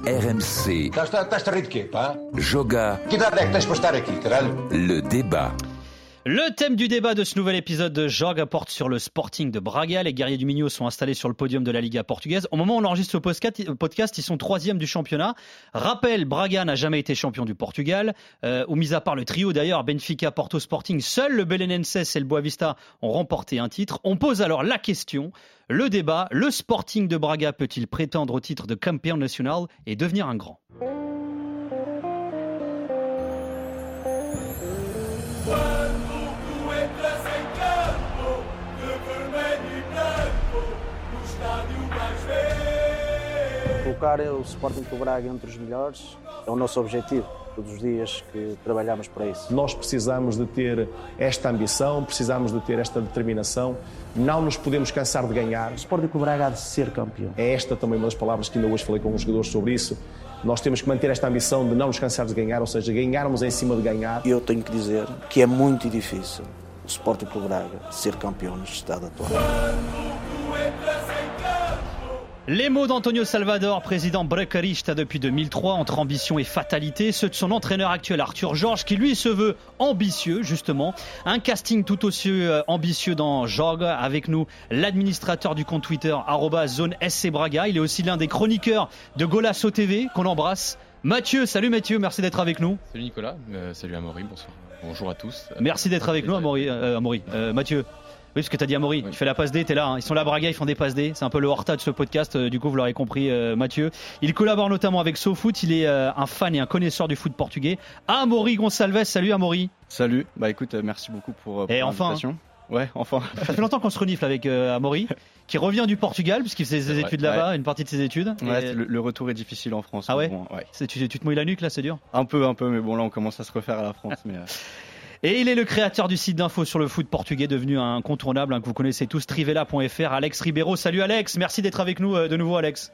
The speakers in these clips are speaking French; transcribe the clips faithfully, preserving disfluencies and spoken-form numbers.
R M C. Estás-te a rir de quê, pá? Joga. Que idade é que tens para estar aqui, caralho? Le débat. Le thème du débat de ce nouvel épisode de Joga porte sur le Sporting de Braga. Les guerriers du Minho sont installés sur le podium de la Liga portugaise. Au moment où on enregistre ce podcast, ils sont troisième du championnat. Rappel, Braga n'a jamais été champion du Portugal. Euh, ou mis à part le trio d'ailleurs, Benfica, Porto, Sporting, seul le Belenenses et le Boavista ont remporté un titre. On pose alors la question, le débat, le Sporting de Braga peut-il prétendre au titre de campeão nacional et devenir un grand ? Colocar o Sporting de Braga entre os melhores é o nosso objetivo, todos os dias que trabalhamos para isso. Nós precisamos de ter esta ambição, precisamos de ter esta determinação, não nos podemos cansar de ganhar. O Sporting de Braga há de ser campeão. É esta também uma das palavras que ainda hoje falei com os jogadores sobre isso. Nós temos que manter esta ambição de não nos cansar de ganhar, ou seja, ganharmos em cima de ganhar. E eu tenho que dizer que é muito difícil o Sporting de Braga ser campeão neste estado atual. Les mots d'Antonio Salvador, président bracarista depuis deux mille trois, entre ambition et fatalité, ceux de son entraîneur actuel Arthur Jorge, qui lui se veut ambitieux justement. Un casting tout aussi ambitieux dans Joga, avec nous l'administrateur du compte Twitter arobase zone S C Braga. Il est aussi l'un des chroniqueurs de Golasso T V, qu'on embrasse. Mathieu, salut Mathieu, merci d'être avec nous. Salut Nicolas, euh, salut Amaury, bonsoir. Bonjour à tous. Merci d'être avec nous Amaury, euh, Amaury. Euh, Mathieu. Oui, parce que tu as dit Amaury, oui. Tu fais la passe D, tu es là, hein. Ils sont là à Braga, ils font des passes D, c'est un peu le Horta de ce podcast, euh, du coup vous l'aurez compris euh, Mathieu. Il collabore notamment avec SoFoot, il est euh, un fan et un connaisseur du foot portugais. Amaury Gonçalves, salut Amaury. Salut, bah écoute, euh, merci beaucoup pour, pour et l'invitation. Enfin, ouais, enfin. Ça fait longtemps qu'on se renifle avec euh, Amaury, qui revient du Portugal, puisqu'il faisait ses études ouais, là-bas, ouais. Une partie de ses études. Ouais, et... le, le retour est difficile en France. Ah ouais, bon, ouais. C'est, tu, tu te mouilles la nuque là, c'est dur ? Un peu, un peu, mais bon là on commence à se refaire à la France. mais... Euh... Et il est le créateur du site d'info sur le foot portugais, devenu un incontournable, hein, que vous connaissez tous, trivela point f r. Alex Ribeiro, salut Alex, merci d'être avec nous euh, de nouveau Alex.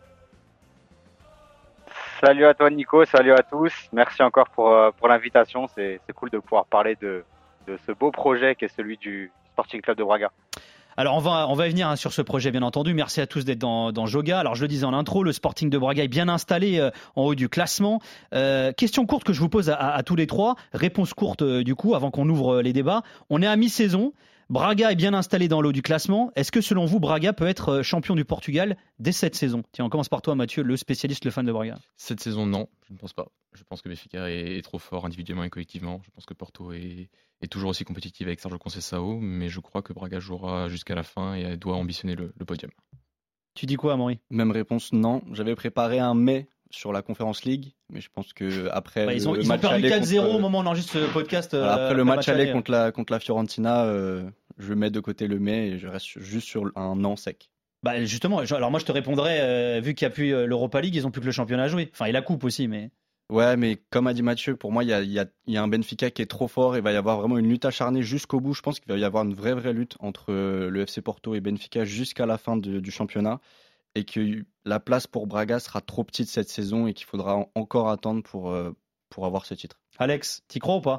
Salut à toi Nico, salut à tous, merci encore pour, euh, pour l'invitation, c'est, c'est cool de pouvoir parler de, de ce beau projet qui est celui du Sporting Club de Braga. Alors on va, on va y venir hein, sur ce projet bien entendu, merci à tous d'être dans, dans Joga. Alors je le disais en intro, le Sporting de Braga est bien installé euh, en haut du classement. Euh, question courte que je vous pose à, à, à tous les trois, réponse courte euh, du coup avant qu'on ouvre euh, les débats. On est à mi-saison, Braga est bien installé dans le haut du classement. Est-ce que selon vous Braga peut être champion du Portugal dès cette saison ? Tiens, on commence par toi Mathieu, le spécialiste, le fan de Braga. Cette saison non, je ne pense pas. Je pense que Benfica est, est trop fort individuellement et collectivement. Je pense que Porto est... est toujours aussi compétitive avec Sérgio Conceição, mais je crois que Braga jouera jusqu'à la fin et doit ambitionner le, le podium. Tu dis quoi, Amaury ? Même réponse, non. J'avais préparé un mais sur la Conference League, mais je pense que après bah, ils ont, le ils match ont perdu quatre zéro contre... au moment où on enregistre ce podcast. Voilà, après euh, le match, match aller aller contre la contre la Fiorentina, euh, je mets de côté le mais et je reste juste sur un non sec. Bah justement, alors moi je te répondrais, euh, vu qu'il n'y a plus l'Europa League, ils n'ont plus que le championnat à jouer. Enfin, et la coupe aussi, mais. Ouais, mais comme a dit Mathieu, pour moi, il y a, y, a, y a un Benfica qui est trop fort. Il va y avoir vraiment une lutte acharnée jusqu'au bout. Je pense qu'il va y avoir une vraie, vraie lutte entre le F C Porto et Benfica jusqu'à la fin de, du championnat. Et que la place pour Braga sera trop petite cette saison et qu'il faudra encore attendre pour, pour avoir ce titre. Alex, t'y crois ou pas ?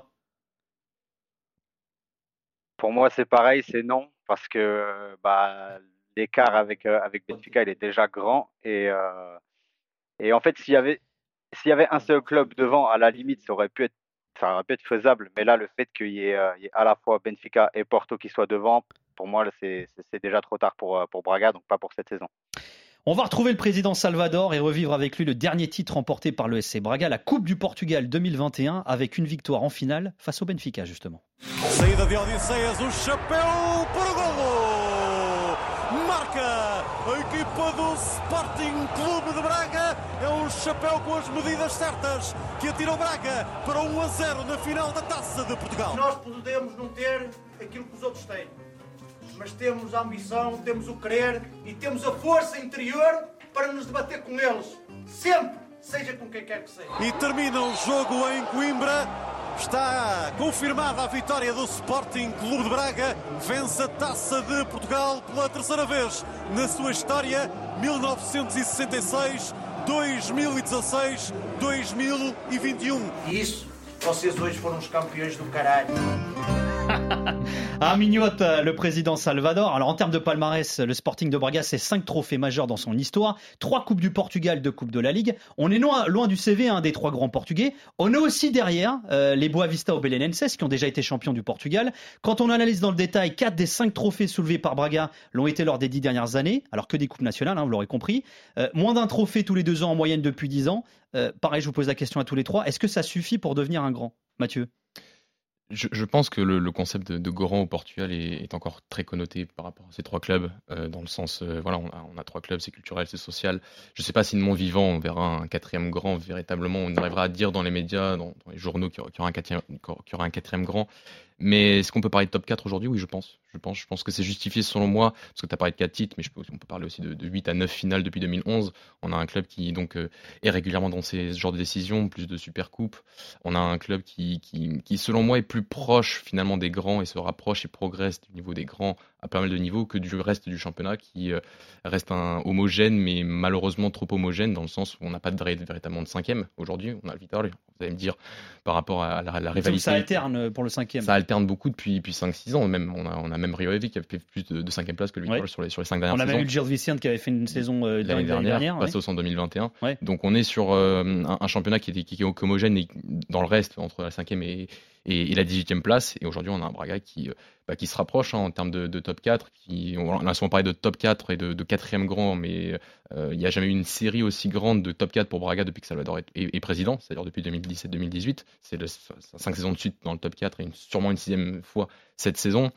Pour moi, c'est pareil, c'est non. Parce que bah, l'écart avec, avec Benfica, il est déjà grand. Et, euh, et en fait, s'il y avait... S'il y avait un seul club devant, à la limite, ça aurait pu être, ça aurait pu être faisable. Mais là, le fait qu'il y ait, euh, il y ait à la fois Benfica et Porto qui soient devant, pour moi, c'est, c'est, c'est déjà trop tard pour, pour Braga, donc pas pour cette saison. On va retrouver le président Salvador et revivre avec lui le dernier titre remporté par le S C Braga, la Coupe du Portugal deux mille vingt et un, avec une victoire en finale face au Benfica, justement. Saída de Odisseias, o chapéu para o golo! Marca a equipa do Sporting Clube de Braga. É um chapéu com as medidas certas que atira o Braga para um a zero na final da Taça de Portugal. Nós podemos não ter aquilo que os outros têm, mas temos a ambição, temos o querer e temos a força interior para nos debater com eles, sempre, seja com quem quer que seja. E termina o jogo em Coimbra. Está confirmada a vitória do Sporting Clube de Braga. Vence a Taça de Portugal pela terceira vez na sua história, mil novecentos e sessenta e seis, dois mil e dezasseis, dois mil e vinte e um. E isso, vocês hoje foram os campeões do caralho. Ah, mignote euh, le président Salvador. Alors en termes de palmarès, le Sporting de Braga, c'est cinq trophées majeurs dans son histoire, trois coupes du Portugal, deux coupes de la Ligue. On est loin, loin du C V hein, des trois grands portugais. On est aussi derrière euh, les Boavista ou Belenenses qui ont déjà été champions du Portugal. Quand on analyse dans le détail, quatre des cinq trophées soulevés par Braga l'ont été lors des dix dernières années, alors que des coupes nationales, hein, vous l'aurez compris. Euh, moins d'un trophée tous les deux ans en moyenne depuis dix ans. Euh, pareil, je vous pose la question à tous les trois. Est-ce que ça suffit pour devenir un grand, Mathieu? Je, je pense que le, le concept de, de grand au Portugal est, est encore très connoté par rapport à ces trois clubs, euh, dans le sens, euh, voilà, on a, on a trois clubs, c'est culturel, c'est social. Je ne sais pas si de mon vivant, on verra un quatrième grand, véritablement, on arrivera à dire dans les médias, dans, dans les journaux qu'il y aura, qu'il y aura un quatrième, qu'il y aura un quatrième grand. Mais est-ce qu'on peut parler de top quatre aujourd'hui? Oui, je pense. Je pense, je pense que c'est justifié selon moi, parce que tu as parlé de quatre titres, mais je peux, on peut parler aussi de, de huit à neuf finales depuis deux mille onze. On a un club qui donc euh, est régulièrement dans ces genres de décisions, plus de super coupes. On a un club qui, qui, qui, selon moi, est plus proche finalement des grands et se rapproche et progresse du niveau des grands à pas mal de niveaux que du reste du championnat, qui euh, reste un homogène, mais malheureusement trop homogène, dans le sens où on n'a pas de, véritablement de cinquième aujourd'hui. On a le Vitória, vous allez me dire, par rapport à la, à la rivalité. Ça alterne pour le cinquième. Ça alterne beaucoup depuis, depuis cinq six ans. Même, on, a, on a même Rio Ave qui a fait plus de, de cinquième place que le Vitória, ouais, sur, les, sur les cinq dernières saisons. On a saisons. même eu le Gil Vicente qui avait fait une saison euh, l'année dernière, dernière passé ouais. au en deux mille vingt et un. Ouais. Donc on est sur euh, un, un championnat qui est, qui est homogène et dans le reste, entre la cinquième et, et, et la dix-huitième place. Et aujourd'hui, on a un Braga qui, bah, qui se rapproche hein, en termes de, de top quatre. Qui, on a souvent parlé de top quatre et de, de quatrième grand, mais euh, il n'y a jamais eu une série aussi grande de top quatre pour Braga depuis que Salvador est, est, est président, c'est-à-dire depuis deux mille dix-sept deux mille dix-huit. C'est le, cinq saisons de suite dans le top quatre et une, sûrement une sixième fois cette saison.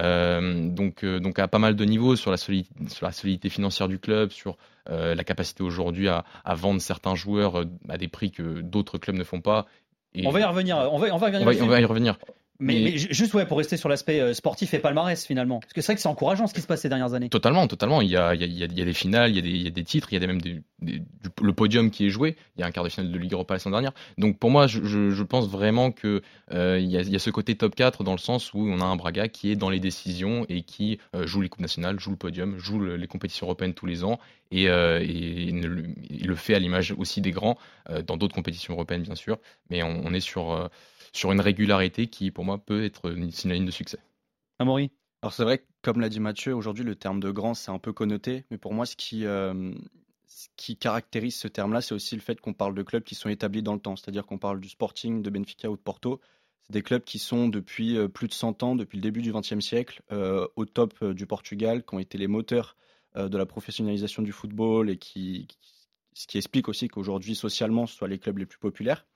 Euh, donc, euh, donc à pas mal de niveaux sur la, solid, sur la solidité financière du club, sur euh, la capacité aujourd'hui à, à vendre certains joueurs à des prix que d'autres clubs ne font pas. Et on va y revenir. On va, on va, on va, on va y revenir. Mais, mais juste ouais, pour rester sur l'aspect euh, sportif et palmarès finalement, parce que c'est vrai que c'est encourageant ce qui se passe ces dernières années. Totalement, totalement. Il y a, il y a, il y a des finales, il y a des, il y a des titres, il y a même des, des, du, le podium qui est joué. Il y a un quart de finale de Ligue Europa la semaine dernière. Donc pour moi, je, je, je pense vraiment que euh, il y a, il y a ce côté top quatre dans le sens où on a un Braga qui est dans les décisions et qui euh, joue les coupes nationales, joue le podium, joue le, les compétitions européennes tous les ans et, euh, et, et ne, il le fait à l'image aussi des grands euh, dans d'autres compétitions européennes bien sûr. Mais on, on est sur euh, sur une régularité qui, pour moi, peut être une synonyme de succès. Amaury ? Alors c'est vrai que, comme l'a dit Mathieu, aujourd'hui, le terme de grand, c'est un peu connoté. Mais pour moi, ce qui, euh, ce qui caractérise ce terme-là, c'est aussi le fait qu'on parle de clubs qui sont établis dans le temps. C'est-à-dire qu'on parle du Sporting, de Benfica ou de Porto. C'est des clubs qui sont depuis euh, plus de cent ans, depuis le début du vingtième siècle, euh, au top euh, du Portugal, qui ont été les moteurs euh, de la professionnalisation du football et qui, qui, ce qui explique aussi qu'aujourd'hui, socialement, ce soient les clubs les plus populaires.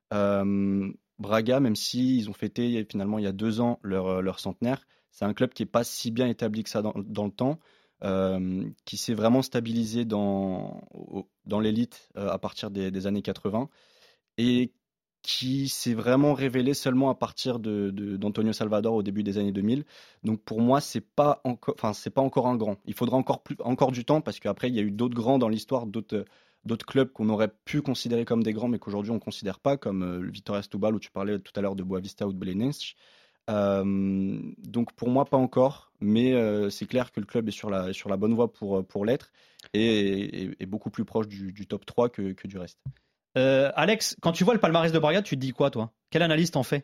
Euh, Braga, même s'ils ont fêté finalement il y a deux ans leur, leur centenaire, c'est un club qui n'est pas si bien établi que ça dans, dans le temps, euh, qui s'est vraiment stabilisé dans, dans l'élite euh, à partir des, des années quatre-vingts et qui s'est vraiment révélé seulement à partir de, de, d'Antonio Salvador au début des années deux mille. Donc pour moi, ce n'est pas, enfin, c'est pas encore un grand. Il faudra encore, plus, encore du temps parce qu'après, il y a eu d'autres grands dans l'histoire, d'autres... d'autres clubs qu'on aurait pu considérer comme des grands, mais qu'aujourd'hui on ne considère pas, comme euh, le Vitória Setúbal, où tu parlais tout à l'heure de Boavista ou de Belenenses. Euh, donc pour moi, pas encore, mais euh, c'est clair que le club est sur la, sur la bonne voie pour, pour l'être et est, est beaucoup plus proche du, du top trois que, que du reste. Euh, Alex, quand tu vois le palmarès de Braga, tu te dis quoi, toi ? Quelle analyse t'en fais ?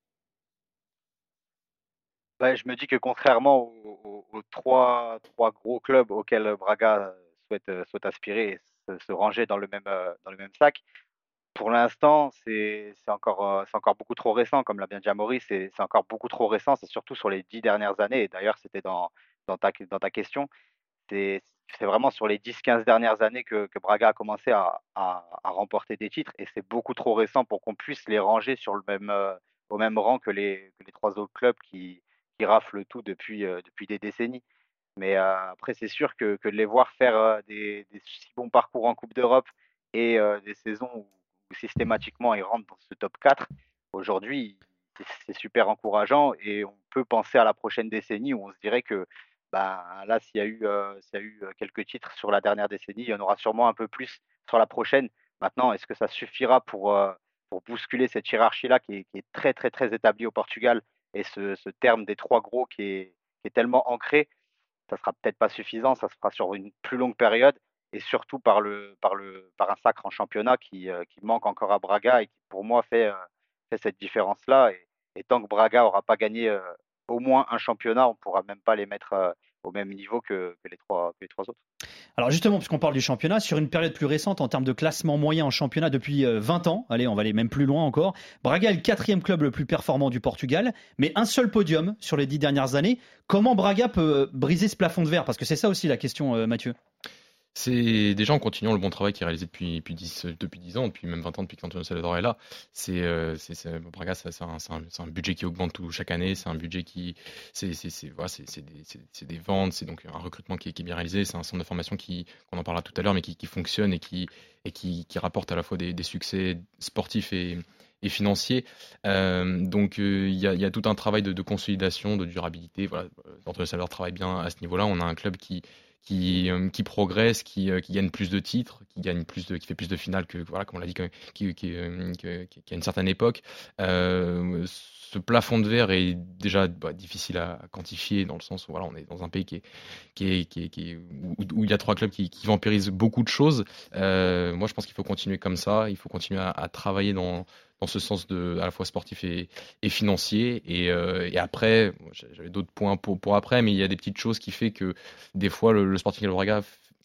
Bah, je me dis que contrairement aux, aux, aux trois, trois gros clubs auxquels Braga souhaite, souhaite aspirer et se, se ranger dans le même, dans le même sac, pour l'instant, c'est, c'est, encore, c'est encore beaucoup trop récent, comme l'a bien dit Amaury, c'est, c'est encore beaucoup trop récent, c'est surtout sur les dix dernières années, et d'ailleurs c'était dans, dans, ta, dans ta question, c'est, c'est vraiment sur les dix quinze dernières années que, que Braga a commencé à, à, à remporter des titres, et c'est beaucoup trop récent pour qu'on puisse les ranger sur le même, euh, au même rang que les, que les trois autres clubs qui, qui raflent tout depuis, euh, depuis des décennies. Mais euh, après, c'est sûr que, que de les voir faire euh, des, des si bons parcours en Coupe d'Europe et euh, des saisons où, où systématiquement ils rentrent dans ce top quatre, aujourd'hui, c'est, c'est super encourageant et on peut penser à la prochaine décennie où on se dirait que bah, là, s'il y a eu, euh, s'il y a eu quelques titres sur la dernière décennie, il y en aura sûrement un peu plus sur la prochaine. Maintenant, est-ce que ça suffira pour, euh, pour bousculer cette hiérarchie-là qui est, qui est très, très, très établie au Portugal et ce, ce terme des trois gros qui est, qui est tellement ancré? Ça sera peut-être pas suffisant, ça se fera sur une plus longue période et surtout par, le, par, le, par un sacre en championnat qui, euh, qui manque encore à Braga et qui pour moi fait, euh, fait cette différence-là. Et, et tant que Braga n'aura pas gagné euh, au moins un championnat. On ne pourra même pas les mettre euh, au même niveau que, que, les trois, que les trois autres. Alors justement, puisqu'on parle du championnat, sur une période plus récente en termes de classement moyen en championnat depuis vingt ans, allez, on va aller même plus loin encore, Braga est le quatrième club le plus performant du Portugal, mais un seul podium sur les dix dernières années. Comment Braga peut briser ce plafond de verre? Parce que c'est ça aussi la question, euh, Mathieu. C'est déjà en continuant le bon travail qui est réalisé depuis, depuis, dix, depuis dix ans, depuis même vingt ans, depuis qu'Antonio Salvador est là. C'est, euh, c'est, c'est, Braga, c'est, c'est, un, c'est, un, c'est un budget qui augmente tout, chaque année. C'est un budget qui. C'est, c'est, c'est, voilà, c'est, c'est, des, c'est, c'est des ventes, c'est donc un recrutement qui est, qui est bien réalisé. C'est un centre de formation qui, qu'on en parlera tout à l'heure, mais qui, qui fonctionne et qui, et qui, qui rapporte à la fois des, des succès sportifs et, et financiers. Euh, donc il euh, y, y a tout un travail de, de consolidation, de durabilité. Voilà, Antonio Salvador travaille bien à ce niveau-là. On a un club qui. Qui, euh, qui progresse, qui, euh, qui gagne plus de titres, qui gagne plus de, qui fait plus de finales que voilà, comme on l'a dit, qui, qui, euh, qui, qui a une certaine époque. Euh, ce plafond de verre est déjà bah, difficile à quantifier dans le sens où voilà, on est dans un pays qui est, qui est, qui est, qui est où, où il y a trois clubs qui, qui vampirisent beaucoup de choses. Euh, moi, je pense qu'il faut continuer comme ça. Il faut continuer à, à travailler dans dans ce sens de à la fois sportif et, et financier. Et, euh, et après, j'avais d'autres points pour, pour après, mais il y a des petites choses qui fait que des fois le, le Sporting de Braga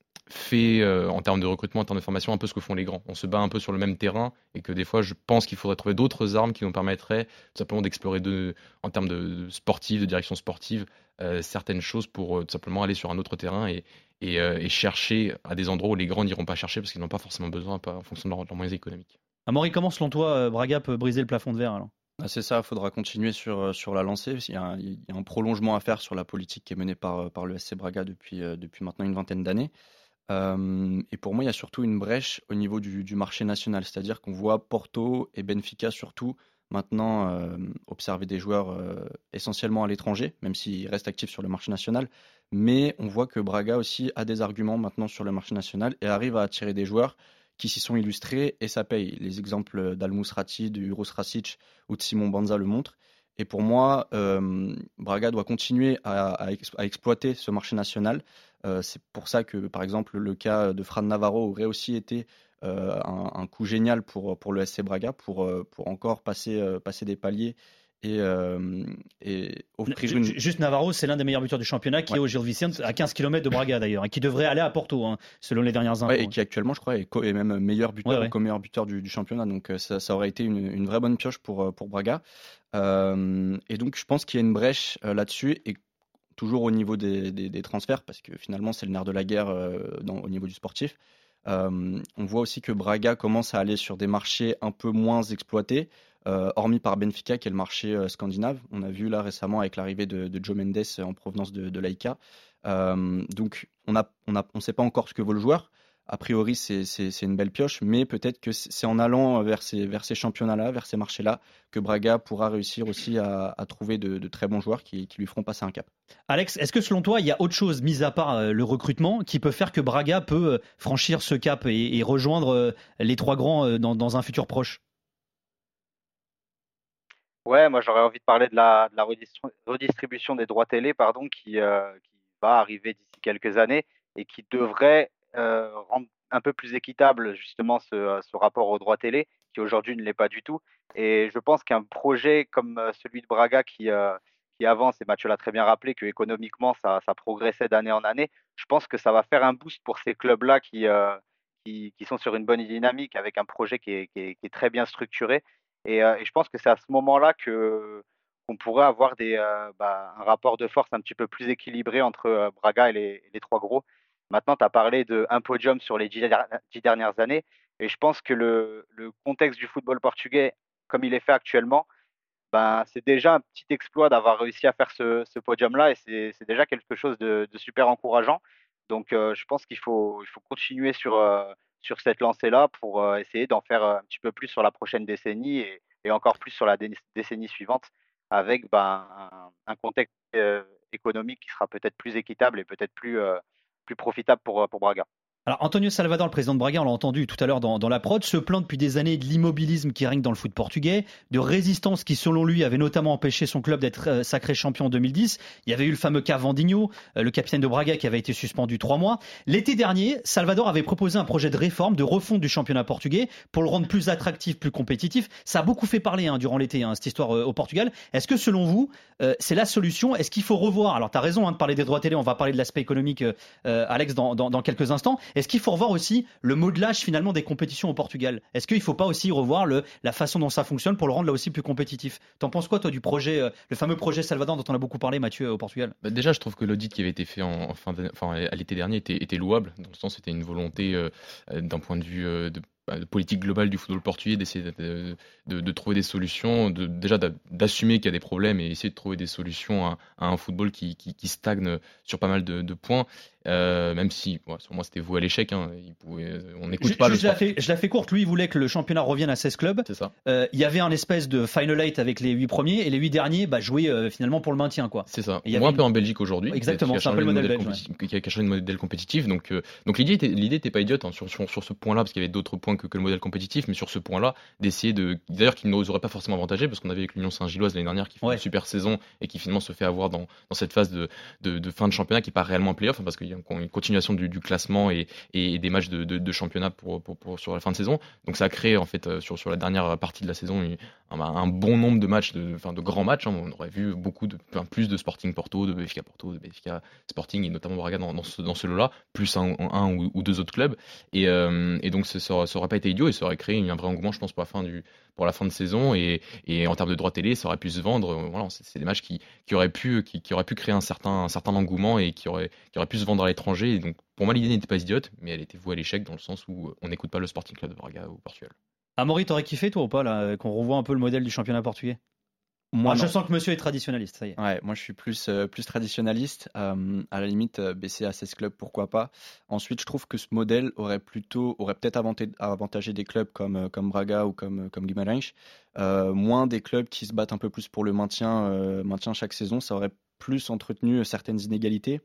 fait euh, en termes de recrutement, en termes de formation, un peu ce que font les grands. On se bat un peu sur le même terrain et que des fois, je pense qu'il faudrait trouver d'autres armes qui nous permettraient tout simplement d'explorer de, en termes de, de sportif, de direction sportive, euh, certaines choses pour euh, tout simplement aller sur un autre terrain et, et, euh, et chercher à des endroits où les grands n'iront pas chercher parce qu'ils n'ont pas forcément besoin pas, en fonction de leurs leur moyens économiques. Amaury, comment selon toi Braga peut briser le plafond de verre alors? Ah, c'est ça, il faudra continuer sur, sur la lancée. Il y, a un, il y a un prolongement à faire sur la politique qui est menée par, par le S C Braga depuis, depuis maintenant une vingtaine d'années. Euh, et pour moi, il y a surtout une brèche au niveau du, du marché national, c'est-à-dire qu'on voit Porto et Benfica surtout maintenant euh, observer des joueurs euh, essentiellement à l'étranger, même s'ils restent actifs sur le marché national. Mais on voit que Braga aussi a des arguments maintenant sur le marché national et arrive à attirer des joueurs qui s'y sont illustrés et ça paye. Les exemples d'Al-Mousrati, de Uros Rasic ou de Simon Banza le montrent. Et pour moi, euh, Braga doit continuer à, à, à exploiter ce marché national. Euh, c'est pour ça que, par exemple, le cas de Fran Navarro aurait aussi été euh, un, un coup génial pour, pour le S C Braga, pour, pour encore passer, euh, passer des paliers et, euh, et offrir une... Juste Navarro, c'est l'un des meilleurs buteurs du championnat qui ouais. est au Gil Vicente, à quinze kilomètres de Braga d'ailleurs, et qui devrait aller à Porto, hein, selon les dernières infos. Ouais, et qui actuellement, je crois, est, co- est même meilleur buteur, ouais, ouais. co-meilleur buteur du, du championnat. Donc ça, ça aurait été une, une vraie bonne pioche pour, pour Braga. Euh, et donc je pense qu'il y a une brèche euh, là-dessus, et toujours au niveau des, des, des transferts, parce que finalement c'est le nerf de la guerre euh, dans, au niveau du sportif. Euh, on voit aussi que Braga commence à aller sur des marchés un peu moins exploités, euh, hormis par Benfica qui est le marché euh, scandinave. On a vu là récemment avec l'arrivée de, de Joe Mendes en provenance de, de l'A I K. Euh, donc on ne on on sait pas encore ce que vaut le joueur. A priori, c'est, c'est, c'est une belle pioche, mais peut-être que c'est en allant vers ces, vers ces championnats-là, vers ces marchés-là, que Braga pourra réussir aussi à, à trouver de, de très bons joueurs qui, qui lui feront passer un cap. Alex, est-ce que selon toi, il y a autre chose, mis à part euh, le recrutement, qui peut faire que Braga peut euh, franchir ce cap et, et rejoindre euh, les trois grands euh, dans, dans un futur proche? Ouais, moi j'aurais envie de parler de la, de la redistri- redistribution des droits télé, pardon, qui, euh, qui va arriver d'ici quelques années et qui devrait euh, rendre un peu plus équitable justement ce, ce rapport aux droits télé, qui aujourd'hui ne l'est pas du tout. Et je pense qu'un projet comme celui de Braga qui, euh, qui avance, et Mathieu l'a très bien rappelé, que économiquement ça, ça progressait d'année en année, je pense que ça va faire un boost pour ces clubs-là qui, euh, qui, qui sont sur une bonne dynamique avec un projet qui est, qui est, qui est très bien structuré. Et, euh, et je pense que c'est à ce moment-là que qu'on pourrait avoir des, euh, bah, un rapport de force un petit peu plus équilibré entre euh, Braga et les, et les trois gros. Maintenant, tu as parlé d'un podium sur les dix, dix dernières années, et je pense que le, le contexte du football portugais, comme il est fait actuellement, ben, c'est déjà un petit exploit d'avoir réussi à faire ce, ce podium-là, et c'est, c'est déjà quelque chose de, de super encourageant. Donc, euh, je pense qu'il faut, il faut continuer sur, euh, sur cette lancée-là pour euh, essayer d'en faire un petit peu plus sur la prochaine décennie et, et encore plus sur la dé- décennie suivante, avec ben, un, un contexte euh, économique qui sera peut-être plus équitable et peut-être plus, euh, plus profitable pour, pour Braga. Alors Antonio Salvador, le président de Braga, on l'a entendu tout à l'heure dans, dans la prod, se plaint depuis des années de l'immobilisme qui règne dans le foot portugais, de résistance qui selon lui avait notamment empêché son club d'être euh, sacré champion en deux mille dix. Il y avait eu le fameux cas Vandinho, euh, le capitaine de Braga qui avait été suspendu trois mois. L'été dernier, Salvador avait proposé un projet de réforme, de refonte du championnat portugais pour le rendre plus attractif, plus compétitif. Ça a beaucoup fait parler hein, durant l'été, hein, cette histoire euh, au Portugal. Est-ce que selon vous, euh, c'est la solution? Est-ce qu'il faut revoir? Alors tu as raison hein, de parler des droits télé, on va parler de l'aspect économique, euh, Alex, dans, dans, dans quelques instants. Est-ce qu'il faut revoir aussi le modelage finalement des compétitions au Portugal? Est-ce qu'il ne faut pas aussi revoir le, la façon dont ça fonctionne pour le rendre là aussi plus compétitif? T'en penses quoi toi du projet, euh, le fameux projet Salvador dont on a beaucoup parlé, Mathieu, au Portugal? Bah déjà, je trouve que l'audit qui avait été fait en, en fin de- enfin, à l'été dernier était, était louable, dans le sens c'était une volonté euh, euh, d'un point de vue euh, de, bah, de politique globale du football portugais d'essayer de, de- de trouver des solutions, de, déjà d'a- d'assumer qu'il y a des problèmes et essayer de trouver des solutions à, à un football qui, qui, qui stagne sur pas mal de, de points. Euh, même si, ouais, sur moi, c'était voué à l'échec. Hein. Il pouvait- on n'écoute Ju- pas le Juste, je la, sport. fais, je la fais courte. Lui, il voulait que le championnat revienne à seize clubs. C'est ça. Euh, Il y avait un espèce de final eight avec les huit premiers et les huit derniers bah, jouaient euh, finalement pour le maintien. Quoi. C'est ça. Et il y On voit avait un peu une- en Belgique aujourd'hui. Exactement, qui a c'est un changé peu le de modèle modèle belge, compéti- qui a qui a changé de modèle compétitif. Donc, euh, donc l'idée était, l'idée était pas idiote hein, sur, sur, sur ce point-là, parce qu'il y avait d'autres points que, que le modèle compétitif, mais sur ce point-là, d'essayer de. D'ailleurs, qui ne nous aurait pas forcément avantagé, parce qu'on avait avec l'Union Saint-Gilloise l'année dernière qui fait Ouais. une super saison et qui finalement se fait avoir dans, dans cette phase de, de, de fin de championnat qui n'est pas réellement un play-off, hein, parce qu'il y a une continuation du, du classement et, et des matchs de, de, de championnat pour, pour, pour- sur la fin de saison. Donc ça a créé en fait euh, sur, sur la dernière partie de la saison une- un, un bon nombre de matchs, de, enfin, de grands matchs. hein. On aurait vu beaucoup de, enfin, plus de Sporting Porto, de Benfica Porto, de Benfica Sporting et notamment Braga dans, dans ce, dans ce lot-là, plus un, un ou, ou deux autres clubs. Et, euh, et donc ça, ça aurait pas été idiot et ça aurait créé un vrai engouement, je pense, pour la fin du pour la fin de saison et, et en termes de droits télé, ça aurait pu se vendre. Euh, Voilà, c'est c'est des matchs qui, qui auraient pu qui, qui auraient pu créer un certain un certain engouement et qui auraient qui auraient pu se vendre à l'étranger. Et donc pour moi l'idée n'était pas idiote, mais elle était vouée à l'échec dans le sens où euh, on n'écoute pas le Sporting Club de Braga au Portugal. Amaury, t'aurais kiffé toi ou pas là, qu'on revoie un peu le modèle du championnat portugais? Moi, Alors, je non. sens que monsieur est traditionnaliste, ça y est. Ouais, moi je suis plus, euh, plus traditionnaliste. Euh, à la limite, euh, baisser à seize clubs, pourquoi pas. Ensuite, je trouve que ce modèle aurait plutôt aurait peut-être avanté- avantagé des clubs comme, euh, comme Braga ou comme, euh, comme Guimarães. Euh, moins des clubs qui se battent un peu plus pour le maintien, euh, maintien chaque saison. Ça aurait plus entretenu certaines inégalités.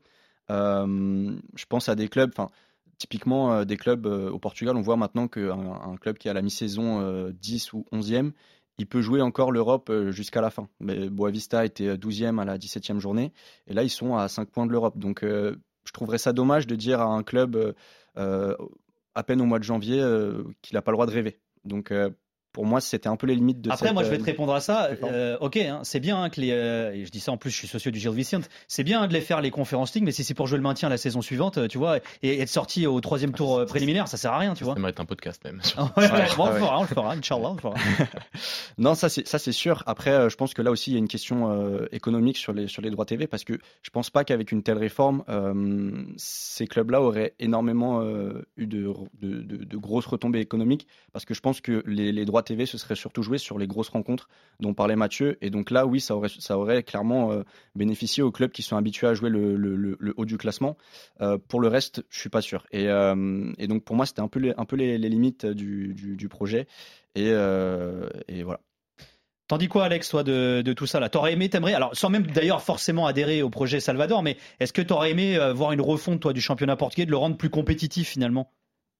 Euh, je pense à des clubs, enfin, typiquement euh, des clubs euh, au Portugal, on voit maintenant qu'un un club qui est à la mi-saison euh, dix ou onzième, il peut jouer encore l'Europe euh, jusqu'à la fin. Mais Boavista était douzième à la dix-septième journée, et là ils sont à cinq points de l'Europe. Donc euh, je trouverais ça dommage de dire à un club euh, euh, à peine au mois de janvier euh, qu'il n'a pas le droit de rêver. Donc euh, pour moi, c'était un peu les limites de Après, cette, moi, je vais euh, te répondre à ça. réforme. Euh, ok, hein, c'est bien hein, que les. euh, et je dis ça en plus, je suis socio du Gil Vicente. C'est bien hein, de les faire les conférences League, mais si c'est pour jouer le maintien la saison suivante, euh, tu vois, et être sorti au troisième tour euh, préliminaire, ça sert à rien, tu vois. Ça mérite un podcast même. Ouais, ouais, Ouais, bon, on le ouais. fera, on le fera, Inch'Allah, on le fera. Non, ça c'est ça c'est sûr. Après, euh, je pense que là aussi il y a une question euh, économique sur les sur les droits T V parce que je pense pas qu'avec une telle réforme, euh, ces clubs-là auraient énormément euh, eu de, de, de- de grosses retombées économiques parce que je pense que les, les droits T V se seraient surtout joués sur les grosses rencontres dont parlait Mathieu et donc là oui ça aurait ça aurait clairement euh, bénéficié aux clubs qui sont habitués à jouer le, le, le- le haut du classement. Euh, pour le reste, je suis pas sûr. Et, euh, et donc pour moi c'était un peu les, un peu les, les limites du, du, du projet et, euh, et voilà. T'en dis quoi, Alex, toi, de, de tout ça là? T'aurais aimé, t'aimerais, alors sans même d'ailleurs forcément adhérer au projet Salvador, mais est-ce que t'aurais aimé euh, voir une refonte, toi, du championnat portugais, de le rendre plus compétitif finalement?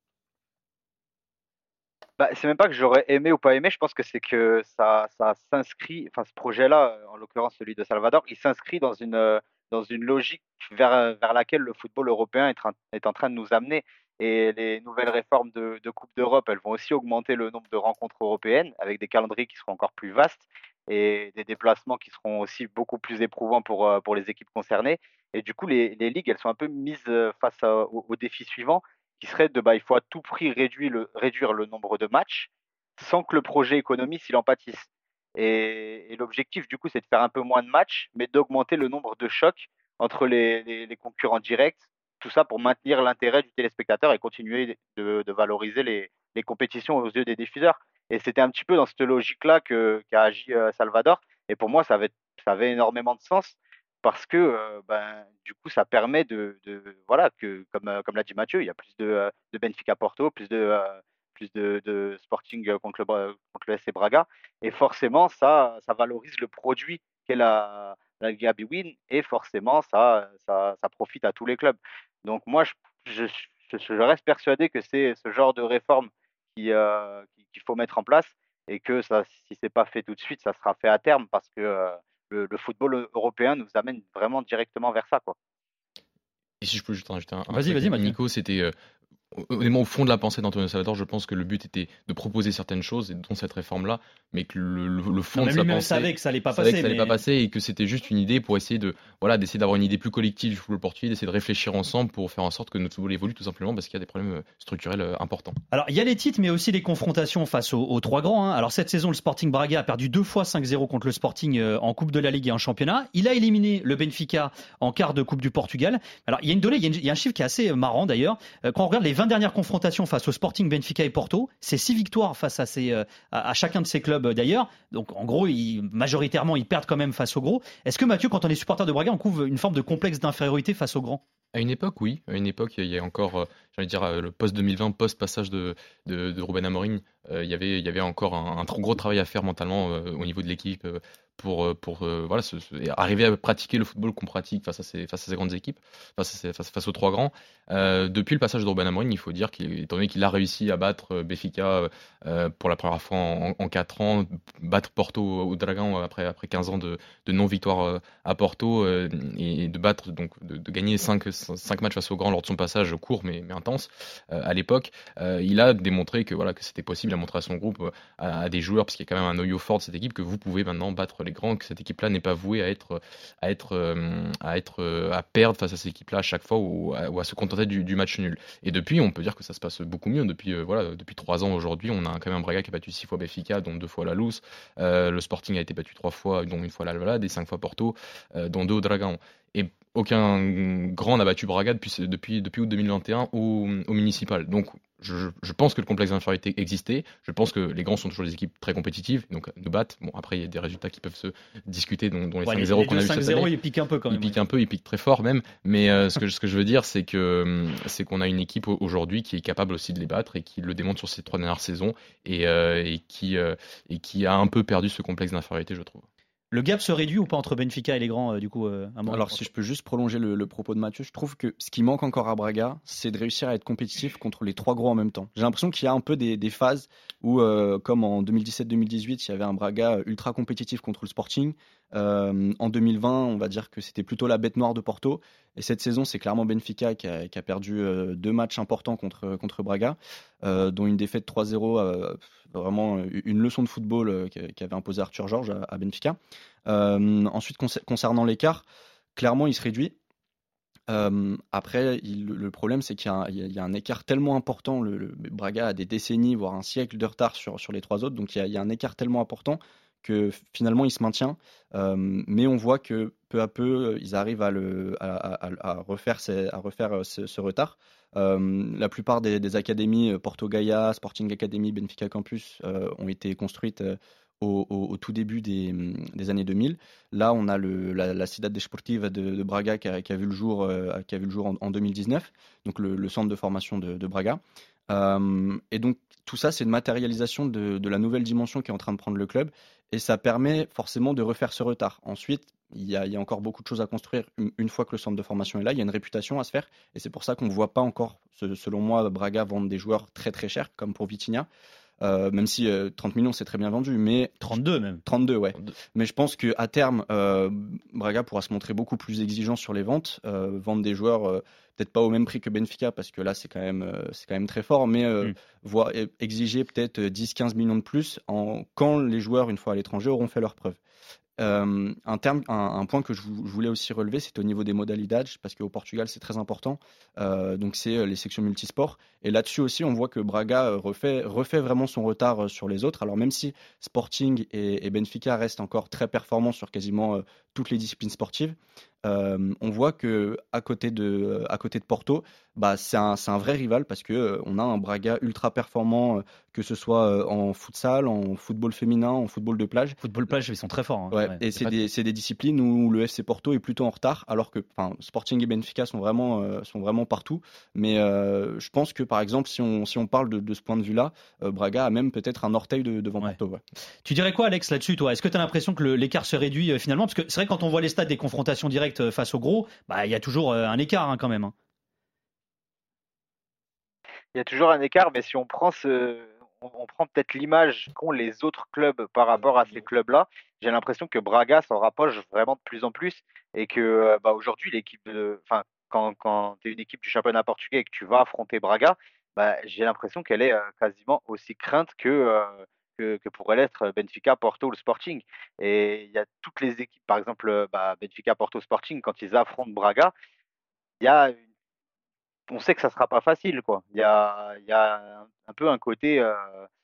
Bah, c'est même pas que j'aurais aimé ou pas aimé, je pense que c'est que ça, ça s'inscrit, enfin ce projet-là, euh, en l'occurrence celui de Salvador, il s'inscrit dans une, euh, dans une logique vers, euh, vers laquelle le football européen est, train- est en train de nous amener. Et les nouvelles réformes de, de Coupe d'Europe, elles vont aussi augmenter le nombre de rencontres européennes avec des calendriers qui seront encore plus vastes et des déplacements qui seront aussi beaucoup plus éprouvants pour, euh, pour les équipes concernées. Et du coup, les, les ligues, elles sont un peu mises euh, face à- au, au défi suivant qui serait de bah, il faut à tout prix réduire le, réduire le nombre de matchs sans que le projet économie s'il en pâtisse. Et, et l'objectif, du coup, c'est de faire un peu moins de matchs, mais d'augmenter le nombre de chocs entre les, les, les concurrents directs, tout ça pour maintenir l'intérêt du téléspectateur et continuer de, de valoriser les, les compétitions aux yeux des diffuseurs. Et c'était un petit peu dans cette logique-là que, qu'a agi euh, Salvador. Et pour moi, ça avait, ça avait énormément de sens parce que euh, ben, du coup, ça permet de, de voilà que comme euh, comme l'a dit Mathieu, il y a plus de, euh, de Benfica Porto, plus de euh, plus de, de Sporting euh, contre le Bra- contre le S C Braga, et forcément ça ça valorise le produit qu'est la la Liga Bwin et forcément ça ça ça profite à tous les clubs. Donc moi je je je, je reste persuadé que c'est ce genre de réforme qui, euh, qui- qu'il faut mettre en place et que ça, si c'est pas fait tout de suite, ça sera fait à terme parce que euh, le, le football européen nous amène vraiment directement vers ça, quoi. Et si je peux juste en rajouter un, un Vas-y, truc, vas-y, Mathieu. Nico, c'était euh, honnêtement au fond de la pensée d'Antonio Salvador, je pense que le but était de proposer certaines choses, et dont cette réforme-là, mais que le, le, le fond Non, de mais sa lui-même pensée, savait que ça allait pas savait passer. que ça allait mais- pas passer et que c'était juste une idée pour essayer de voilà d'essayer d'avoir une idée plus collective du football portugais, d'essayer de réfléchir ensemble pour faire en sorte que notre football évolue tout simplement parce qu'il y a des problèmes euh, structurels euh, importants. Alors, il y a les titres, mais aussi les confrontations face aux, aux trois grands. hein. Alors, cette saison, le Sporting Braga a perdu deux fois cinq zéro contre le Sporting euh, en Coupe de la Ligue et en championnat. Il a éliminé le Benfica en quart de Coupe du Portugal. Alors, il y a une donnée, il y a, une- il y a un chiffre qui est assez euh, marrant d'ailleurs. Euh, Quand on regarde les vingt dernières confrontations face au Sporting, Benfica et Porto, c'est six victoires face à, ces, euh, à, à chacun de ces clubs euh, d'ailleurs. Donc, en gros, ils, majoritairement, ils perdent quand même face aux gros. Est-ce que, Mathieu, quand on est supporter de Braga, on couvre une forme de complexe d'infériorité face aux grands? À une époque, oui. À une époque, il y a encore, euh, j'allais dire, euh, le post deux mille vingt, post passage de, de, de Ruben Amorim, euh, il y avait, il y avait encore un, un trop gros travail à faire mentalement euh, au niveau de l'équipe euh, pour, euh, pour euh, voilà, se- se- arriver à pratiquer le football qu'on pratique face à ces, face à ces grandes équipes, face, à ces- face, face aux trois grands. Euh, depuis le passage de Ruben Amorim, il faut dire qu'il, étant donné qu'il a réussi à battre euh, Benfica euh, pour la première fois en, en quatre ans, battre Porto au Dragão après, après quinze ans de, de non-victoire euh, à Porto euh, et de battre donc de, de gagner cinq matchs face aux grands lors de son passage court mais, mais intense euh, à l'époque, euh, il a démontré que voilà que c'était possible, à montrer à son groupe, euh, à, à des joueurs, parce qu'il y a quand même un noyau fort de cette équipe, que vous pouvez maintenant battre les grands, que cette équipe-là n'est pas vouée à être à être euh, à être euh, à perdre face à cette équipe-là à chaque fois ou à, ou à se contenter du, du match nul. Et depuis, on peut dire que ça se passe beaucoup mieux. Depuis euh, voilà depuis trois ans aujourd'hui, on a quand même un Braga qui a battu six fois Benfica, dont deux fois la Luz. Euh, le Sporting a été battu trois fois, dont une fois l'Alvalade, et cinq fois Porto, euh, dont deux au Dragão. Et aucun grand n'a battu Braga depuis, depuis, depuis août deux mille vingt et un au, au municipal. Donc je, je pense que le complexe d'infériorité existait. Je pense que les grands sont toujours des équipes très compétitives, donc nous battent. Bon, après, il y a des résultats qui peuvent se discuter, dont, dont les Ouais, cinq les- zéro les qu'on a deux eu cette cinq zéro, année. ils piquent un peu quand Ils même. piquent un peu, ils piquent très fort même. Mais euh, ce, que, ce que je veux dire, c'est que c'est qu'on a une équipe aujourd'hui qui est capable aussi de les battre et qui le démontre sur ces trois dernières saisons et, euh, et, qui, euh, et qui a un peu perdu ce complexe d'infériorité, je trouve. Le gap se réduit ou pas entre Benfica et les grands, euh, du coup euh, à Montréal? Alors, si je peux juste prolonger le, le propos de Mathieu, je trouve que ce qui manque encore à Braga, c'est de réussir à être compétitif contre les trois gros en même temps. J'ai l'impression qu'il y a un peu des, des phases où, euh, comme en deux mille dix-sept deux mille dix-huit, il y avait un Braga ultra compétitif contre le Sporting. Euh, en deux mille vingt, on va dire que c'était plutôt la bête noire de Porto. Et cette saison, c'est clairement Benfica qui a, qui a perdu euh, deux matchs importants contre, contre Braga, euh, dont une défaite trois zéro, euh, vraiment une leçon de football euh, qu'avait imposé Arthur Georges à, à Benfica. Euh, ensuite, concer- concernant l'écart, clairement, il se réduit. Euh, après, il- le problème, c'est qu'il y a, un, il y a- il y a un écart tellement important. Le, le- Braga a des décennies, voire un siècle de retard sur, sur les trois autres. Donc, il y, a, il y a un écart tellement important que finalement, il se maintient. Euh, mais on voit que peu à peu, ils arrivent à, le, à, à- à refaire, ces- à refaire ce, ce retard. Euh, la plupart des, des académies, euh, Porto Gaia, Sporting Academy, Benfica Campus, euh, ont été construites euh, au, au- au tout début des, des années deux mille. Là, on a le, la, la Cidade Desportiva de, de Braga qui a, qui a vu le jour, euh, qui a vu le jour en, en deux mille dix-neuf, donc le, le centre de formation de, de Braga. Euh, et donc, tout ça, c'est une matérialisation de, de la nouvelle dimension qui est en train de prendre le club. Et ça permet forcément de refaire ce retard. Ensuite, il y a, il y a encore beaucoup de choses à construire une, une fois que le centre de formation est là. Il y a une réputation à se faire. Et c'est pour ça qu'on ne voit pas encore, ce- selon moi, Braga vendre des joueurs très très chers, comme pour Vitinha. Euh, même si euh, trente millions, c'est très bien vendu. Mais trente-deux même. trente-deux, ouais. trente-deux. Mais je pense qu'à terme, euh, Braga pourra se montrer beaucoup plus exigeant sur les ventes, euh, vendre des joueurs euh, peut-être pas au même prix que Benfica, parce que là, c'est quand même, euh, c'est quand même très fort, mais euh, Mm. voir, e- exiger peut-être dix quinze millions de plus en, quand les joueurs, une fois à l'étranger, auront fait leurs preuves. Euh, un, terme, un, un point que je, vou- je voulais aussi relever, c'est au niveau des modalidades, parce qu'au Portugal, c'est très important. Euh, donc, c'est euh, les sections multisports. Et là-dessus aussi, on voit que Braga euh, refait, refait vraiment son retard euh, sur les autres. Alors, même si Sporting et, et Benfica restent encore très performants sur quasiment euh, toutes les disciplines sportives, euh, on voit que à côté de, à côté de Porto, bah, c'est un, c'est un vrai rival parce que euh, on a un Braga ultra performant, euh, que ce soit euh, en futsal, en football féminin, en football de plage. Football plage, ils sont très forts. hein. Ouais, Ouais, et c'est c'est pas- des, c'est des disciplines où le F C Porto est plutôt en retard, alors que enfin, Sporting et Benfica sont vraiment, euh, sont vraiment partout. Mais euh, je pense que, par exemple, si on, si on parle de, de ce point de vue-là, euh, Braga a même peut-être un orteil de, devant Ouais. Porto. Ouais. Tu dirais quoi, Alex, là-dessus, toi? Est-ce que tu as l'impression que le- l'écart se réduit euh, finalement? Parce que c'est vrai, quand on voit les stats des confrontations directes euh, face aux gros, bah, il y a toujours euh, un écart hein, quand même. hein. il y a toujours un écart, mais si on prend ce, on, on prend peut-être l'image qu'ont les autres clubs par rapport à ces clubs-là, j'ai l'impression que Braga s'en rapproche vraiment de plus en plus et que euh, bah, aujourd'hui l'équipe, de, enfin quand quand tu es une équipe du championnat portugais et que tu vas affronter Braga, bah, j'ai l'impression qu'elle est euh, quasiment aussi crainte que, euh, que que pourrait l'être Benfica, Porto ou le Sporting. Et il y a toutes les équipes, par exemple euh, bah, Benfica, Porto, Sporting, quand ils affrontent Braga, il y a une- on sait que ça sera pas facile, quoi. Il y a, il y a un, un peu un côté, euh,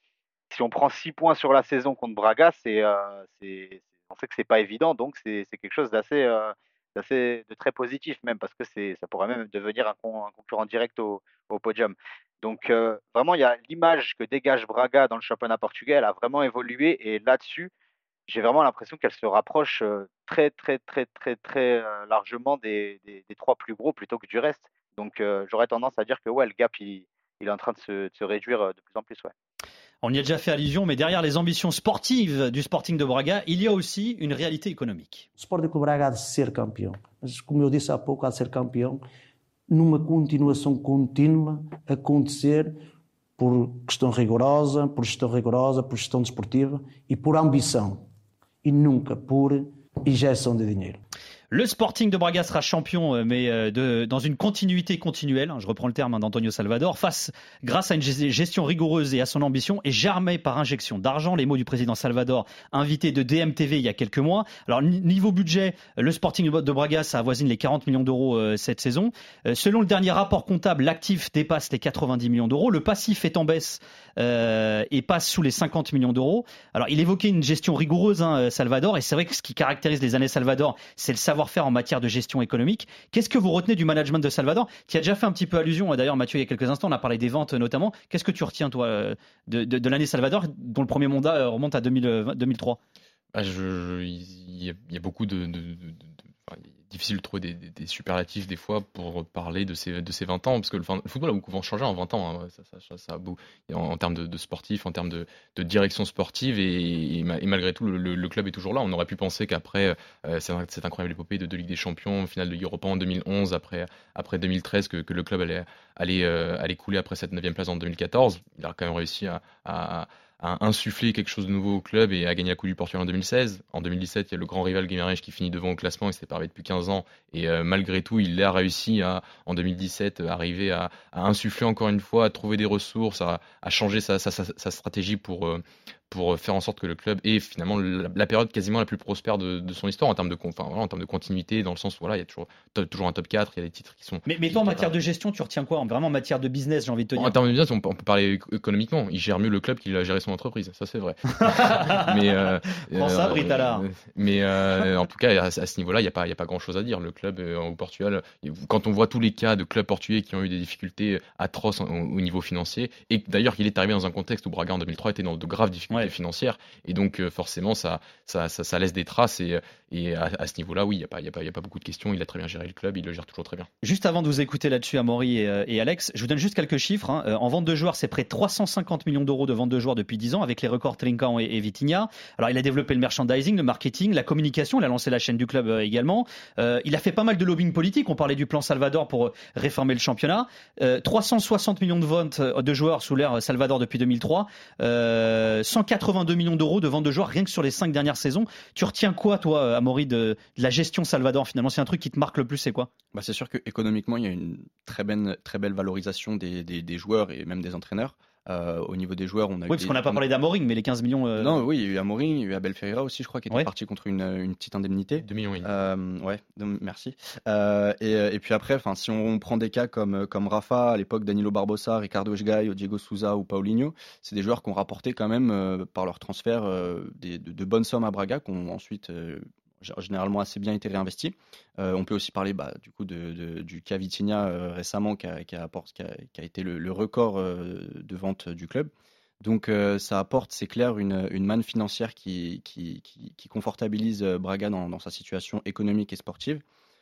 si on prend six points sur la saison contre Braga, c'est, euh, c'est, c'est- on sait que c'est pas évident, donc c'est, c'est quelque chose d'assez, euh, d'assez, de très positif même, parce que c'est, ça pourrait même devenir un, con- un concurrent direct au, au podium. Donc euh, vraiment, il y a l'image que dégage Braga dans le championnat portugais, elle a vraiment évolué, et là-dessus, j'ai vraiment l'impression qu'elle se rapproche euh, très, très, très, très, très euh, largement des, des, des trois plus gros plutôt que du reste. Donc, euh, j'aurais tendance à dire que ouais, le gap, il, il est en train de se, de se réduire euh, de plus en plus. Ouais. On y a déjà fait allusion, mais derrière les ambitions sportives du Sporting de Braga, il y a aussi une réalité économique. O Sporting Clube Braga há de ser campeão, mas como eu disse há pouco, há de ser campeão numa continuação contínua a acontecer por questão rigorosa, por gestão rigorosa, por gestão desportiva e por ambição, e nunca por injeção de dinheiro. Le Sporting de Braga sera champion, mais de, dans une continuité continuelle, je reprends le terme d'Antonio Salvador, face, grâce à une gestion rigoureuse et à son ambition, et jamais par injection d'argent. Les mots du président Salvador, invité de D M T V il y a quelques mois. Alors, niveau budget, le Sporting de Braga, ça avoisine les quarante millions d'euros euh, cette saison. Euh, selon le dernier rapport comptable, l'actif dépasse les quatre-vingt-dix millions d'euros. Le passif est en baisse euh, et passe sous les cinquante millions d'euros. Alors, il évoquait une gestion rigoureuse, hein, Salvador, et c'est vrai que ce qui caractérise les années Salvador, c'est le savoir faire en matière de gestion économique. Qu'est-ce que vous retenez du management de Salvador, qui a déjà fait un petit peu allusion, d'ailleurs Mathieu, il y a quelques instants, on a parlé des ventes notamment. Qu'est-ce que tu retiens, toi, de, de, de l'année Salvador, dont le premier mandat remonte à deux mille, deux mille trois? Bah, je, je, il, y a, il y a beaucoup de... de, de, de, de enfin, difficile de trouver des, des, des superlatifs des fois pour parler de ces, de ces vingt ans, parce que le, le football a beaucoup changé en vingt ans, hein, ça, ça, ça, ça a beau, en, en termes de, de sportifs, en termes de, de direction sportive, et, et, et malgré tout, le, le, le club est toujours là. On aurait pu penser qu'après euh, cette, cette incroyable épopée de deux Ligues des Champions, finale de Europa en deux mille onze, après, après deux mille treize, que, que le club allait, allait, euh, allait couler après cette neuvième place en deux mille quatorze. Il a quand même réussi à, à à insuffler quelque chose de nouveau au club et à gagner la Coupe du Portugal en deux mille seize. En deux mille dix-sept, il y a le grand rival Guimarães qui finit devant au classement, il s'était pas arrivé depuis quinze ans, et euh, malgré tout, il a réussi à, en deux mille dix-sept, arriver à, à insuffler encore une fois, à trouver des ressources, à, à changer sa, sa, sa, sa stratégie pour, euh, pour faire en sorte que le club ait finalement la, la période quasiment la plus prospère de, de son histoire en termes de, enfin, voilà, en termes de continuité, dans le sens où voilà, il y a toujours, toujours un top quatre, il y a des titres qui sont... Mais, mais toi, en matière de gestion, tu retiens quoi? Vraiment en matière de business, j'ai envie de te dire. En termes de business, on peut, on peut parler économiquement. Il gère mieux le club qu'il a géré son entreprise, ça c'est vrai. mais euh, Prends ça, Britala. Euh, mais euh, en tout cas, à, à ce niveau-là, il n'y a pas, il y a pas grand-chose à dire. Le club euh, au Portugal, quand on voit tous les cas de clubs portugais qui ont eu des difficultés atroces au, au niveau financier, et d'ailleurs qu'il est arrivé dans un contexte où Braga en deux mille trois était dans de graves difficultés ouais. financières, et donc euh, forcément ça, ça, ça, ça laisse des traces, et, et à, à ce niveau-là, oui, il n'y a, pas, il y a, pas, il y a pas beaucoup de questions. Il a très bien géré le club, il le gère toujours très bien. Juste avant de vous écouter là-dessus, Amaury et, et Alex, je vous donne juste quelques chiffres. Hein. En vente de joueurs, c'est près de trois cent cinquante millions d'euros de vente de joueurs depuis dix ans, avec les records Trincão et, et Vitinha. Alors, il a développé le merchandising, le marketing, la communication. Il a lancé la chaîne du club euh, également. Euh, il a fait pas mal de lobbying politique. On parlait du plan Salvador pour réformer le championnat. Euh, trois cent soixante millions de ventes de joueurs sous l'ère Salvador depuis deux mille trois. Euh, cent quatre-vingt-deux millions d'euros de vente de joueurs rien que sur les cinq dernières saisons. Tu retiens quoi, toi, Amaury, de, de la gestion Salvador? Finalement, c'est un truc qui te marque le plus, c'est quoi? Bah, c'est sûr qu'économiquement, il y a une très belle, très belle valorisation des, des, des joueurs et même des entraîneurs. Euh, au niveau des joueurs, on a oui, eu parce des... qu'on n'a pas parlé d'Amorim, mais les quinze millions. Euh... Non, oui, il y a eu Amorim, il y a eu Abel Ferreira aussi, je crois, qui était ouais. parti contre une, une petite indemnité. deux millions et demi. Euh, ouais, donc, merci. Euh, et, et puis après, si on prend des cas comme, comme Rafa, à l'époque Danilo Barbosa, Ricardo Esgaio, Diego Souza ou Paulinho, c'est des joueurs qui ont rapporté quand même, euh, par leur transfert, euh, des, de, de bonnes sommes à Braga, qui ont ensuite. Euh, généralement assez bien été réinvesti. Euh, on peut aussi parler bah, du coup de, de, du cas Vitinha euh, récemment qui a, qui, a, qui, a, qui a été le, le record euh, de vente du club. Donc euh, ça apporte, c'est clair, une, une manne financière qui, qui, qui, qui confortabilise Braga dans, dans sa situation économique et sportive.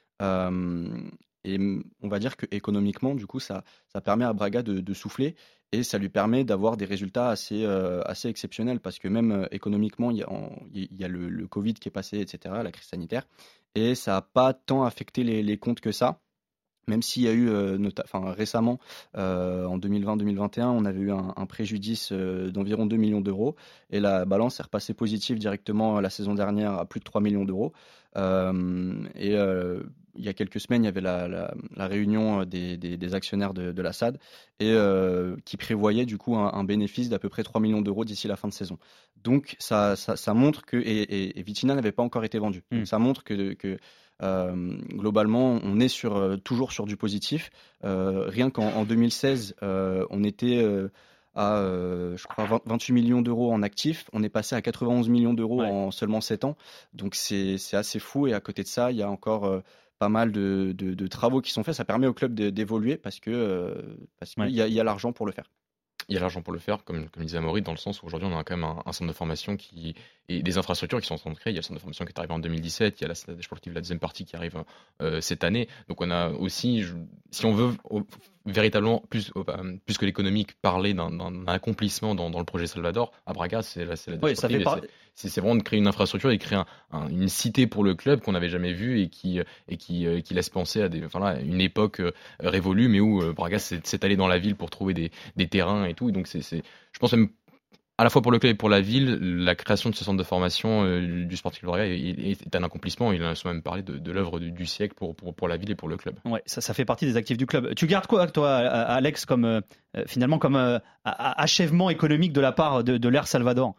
Euh, et on va dire qu'économiquement, du coup, ça, ça permet à Braga de, de souffler et ça lui permet d'avoir des résultats assez, euh, assez exceptionnels parce que même euh, économiquement, il y a, en, il y a le, le Covid qui est passé, et cetera, la crise sanitaire, et ça n'a pas tant affecté les, les comptes que ça. Même s'il y a eu, euh, nota- enfin, récemment, euh, en deux mille vingt deux mille vingt et un, on avait eu un, un préjudice euh, d'environ deux millions d'euros et la balance est repassée positive directement la saison dernière à plus de trois millions d'euros. Euh, et euh, il y a quelques semaines, il y avait la, la, la réunion des, des, des actionnaires de, de la S A D et euh, qui prévoyait du coup un, un bénéfice d'à peu près trois millions d'euros d'ici la fin de saison. Donc ça, ça, ça montre que, et, et, et Vitinha n'avait pas encore été vendu. Mm. Donc ça montre que, que Euh, globalement, on est sur, euh, toujours sur du positif. Euh, rien qu'en en deux mille seize, euh, on était euh, à, euh, je crois, vingt, vingt-huit millions d'euros en actifs. On est passé à quatre-vingt-onze millions d'euros Ouais. en seulement sept ans. Donc c'est, c'est assez fou. Et à côté de ça, il y a encore euh, pas mal de, de, de travaux qui sont faits. Ça permet au club de, d'évoluer parce que euh, parce qu'il Ouais. y a, il y a l'argent pour le faire. Il y a l'argent pour le faire, comme, comme disait Amaury, dans le sens où aujourd'hui on a quand même un, un centre de formation qui, et des infrastructures qui sont en train de créer. Il y a le centre de formation qui est arrivé en deux mille dix-sept, il y a la Cidade Sportive, la deuxième partie qui arrive euh, cette année. Donc on a aussi, je, si on veut au, véritablement, plus, au, plus que l'économique, parler d'un, d'un accomplissement dans, dans le projet Salvador, à Braga, c'est la Cidade Oui, ça Sportive. fait par- C'est, c'est, c'est vraiment de créer une infrastructure et de créer un, un, une cité pour le club qu'on n'avait jamais vue et qui, et qui, euh, qui laisse penser à des, enfin là, une époque euh, révolue, mais où euh, Braga s'est, s'est allé dans la ville pour trouver des, des terrains et tout. Et donc c'est, c'est je pense même à la fois pour le club et pour la ville, la création de ce centre de formation euh, du Sporting Braga est, est, est un accomplissement. Il a même parlé de, de l'œuvre du, du siècle pour, pour, pour la ville et pour le club. Ouais, ça, ça fait partie des actifs du club. Tu gardes quoi, toi, Alex, comme euh, finalement comme euh, achèvement économique de la part de, de l'Air Salvador?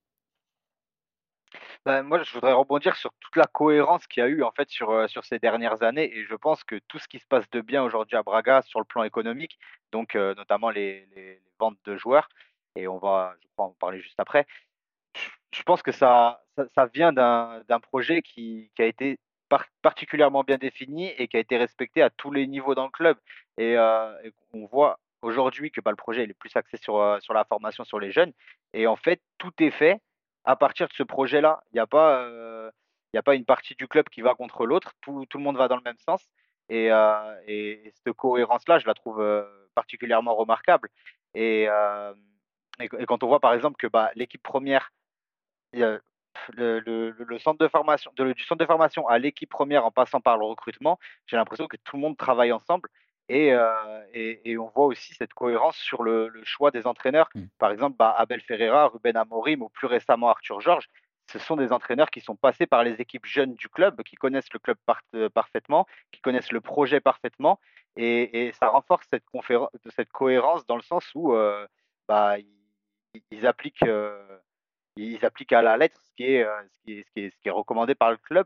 Ben, moi, je voudrais rebondir sur toute la cohérence qu'il y a eu en fait sur, euh, sur ces dernières années, et je pense que tout ce qui se passe de bien aujourd'hui à Braga sur le plan économique, donc euh, notamment les, les- les ventes de joueurs, et on va, je crois, en parler juste après. Je, je pense que ça, ça, ça vient d'un d'un projet qui, qui a été par- particulièrement bien défini et qui a été respecté à tous les niveaux dans le club. Et, euh, et on voit aujourd'hui que bah, le projet il est plus axé sur, euh, sur la formation, sur les jeunes, et en fait, tout est fait à partir de ce projet-là. Il n'y a pas, euh, il y a pas une partie du club qui va contre l'autre. Tout, tout le monde va dans le même sens. Et, euh, et, et cette cohérence-là, je la trouve euh, particulièrement remarquable. Et, euh, et, et quand on voit par exemple que bah, l'équipe première, il y a le, le- le centre de formation, de- du centre de formation à l'équipe première en passant par le recrutement, j'ai l'impression que tout le monde travaille ensemble. Et, euh, et, et on voit aussi cette cohérence sur le, le choix des entraîneurs. Mm. Par exemple, bah, Abel Ferreira, Ruben Amorim ou plus récemment Arthur Georges, ce sont des entraîneurs qui sont passés par les équipes jeunes du club, qui connaissent le club par- euh, parfaitement, qui connaissent le projet parfaitement. Et, et ça renforce cette, conféren- cette cohérence dans le sens où euh, bah, ils, ils appliquent. euh, ils appliquent à la lettre ce qui est, euh, ce qui est, ce qui est, ce qui est recommandé par le club.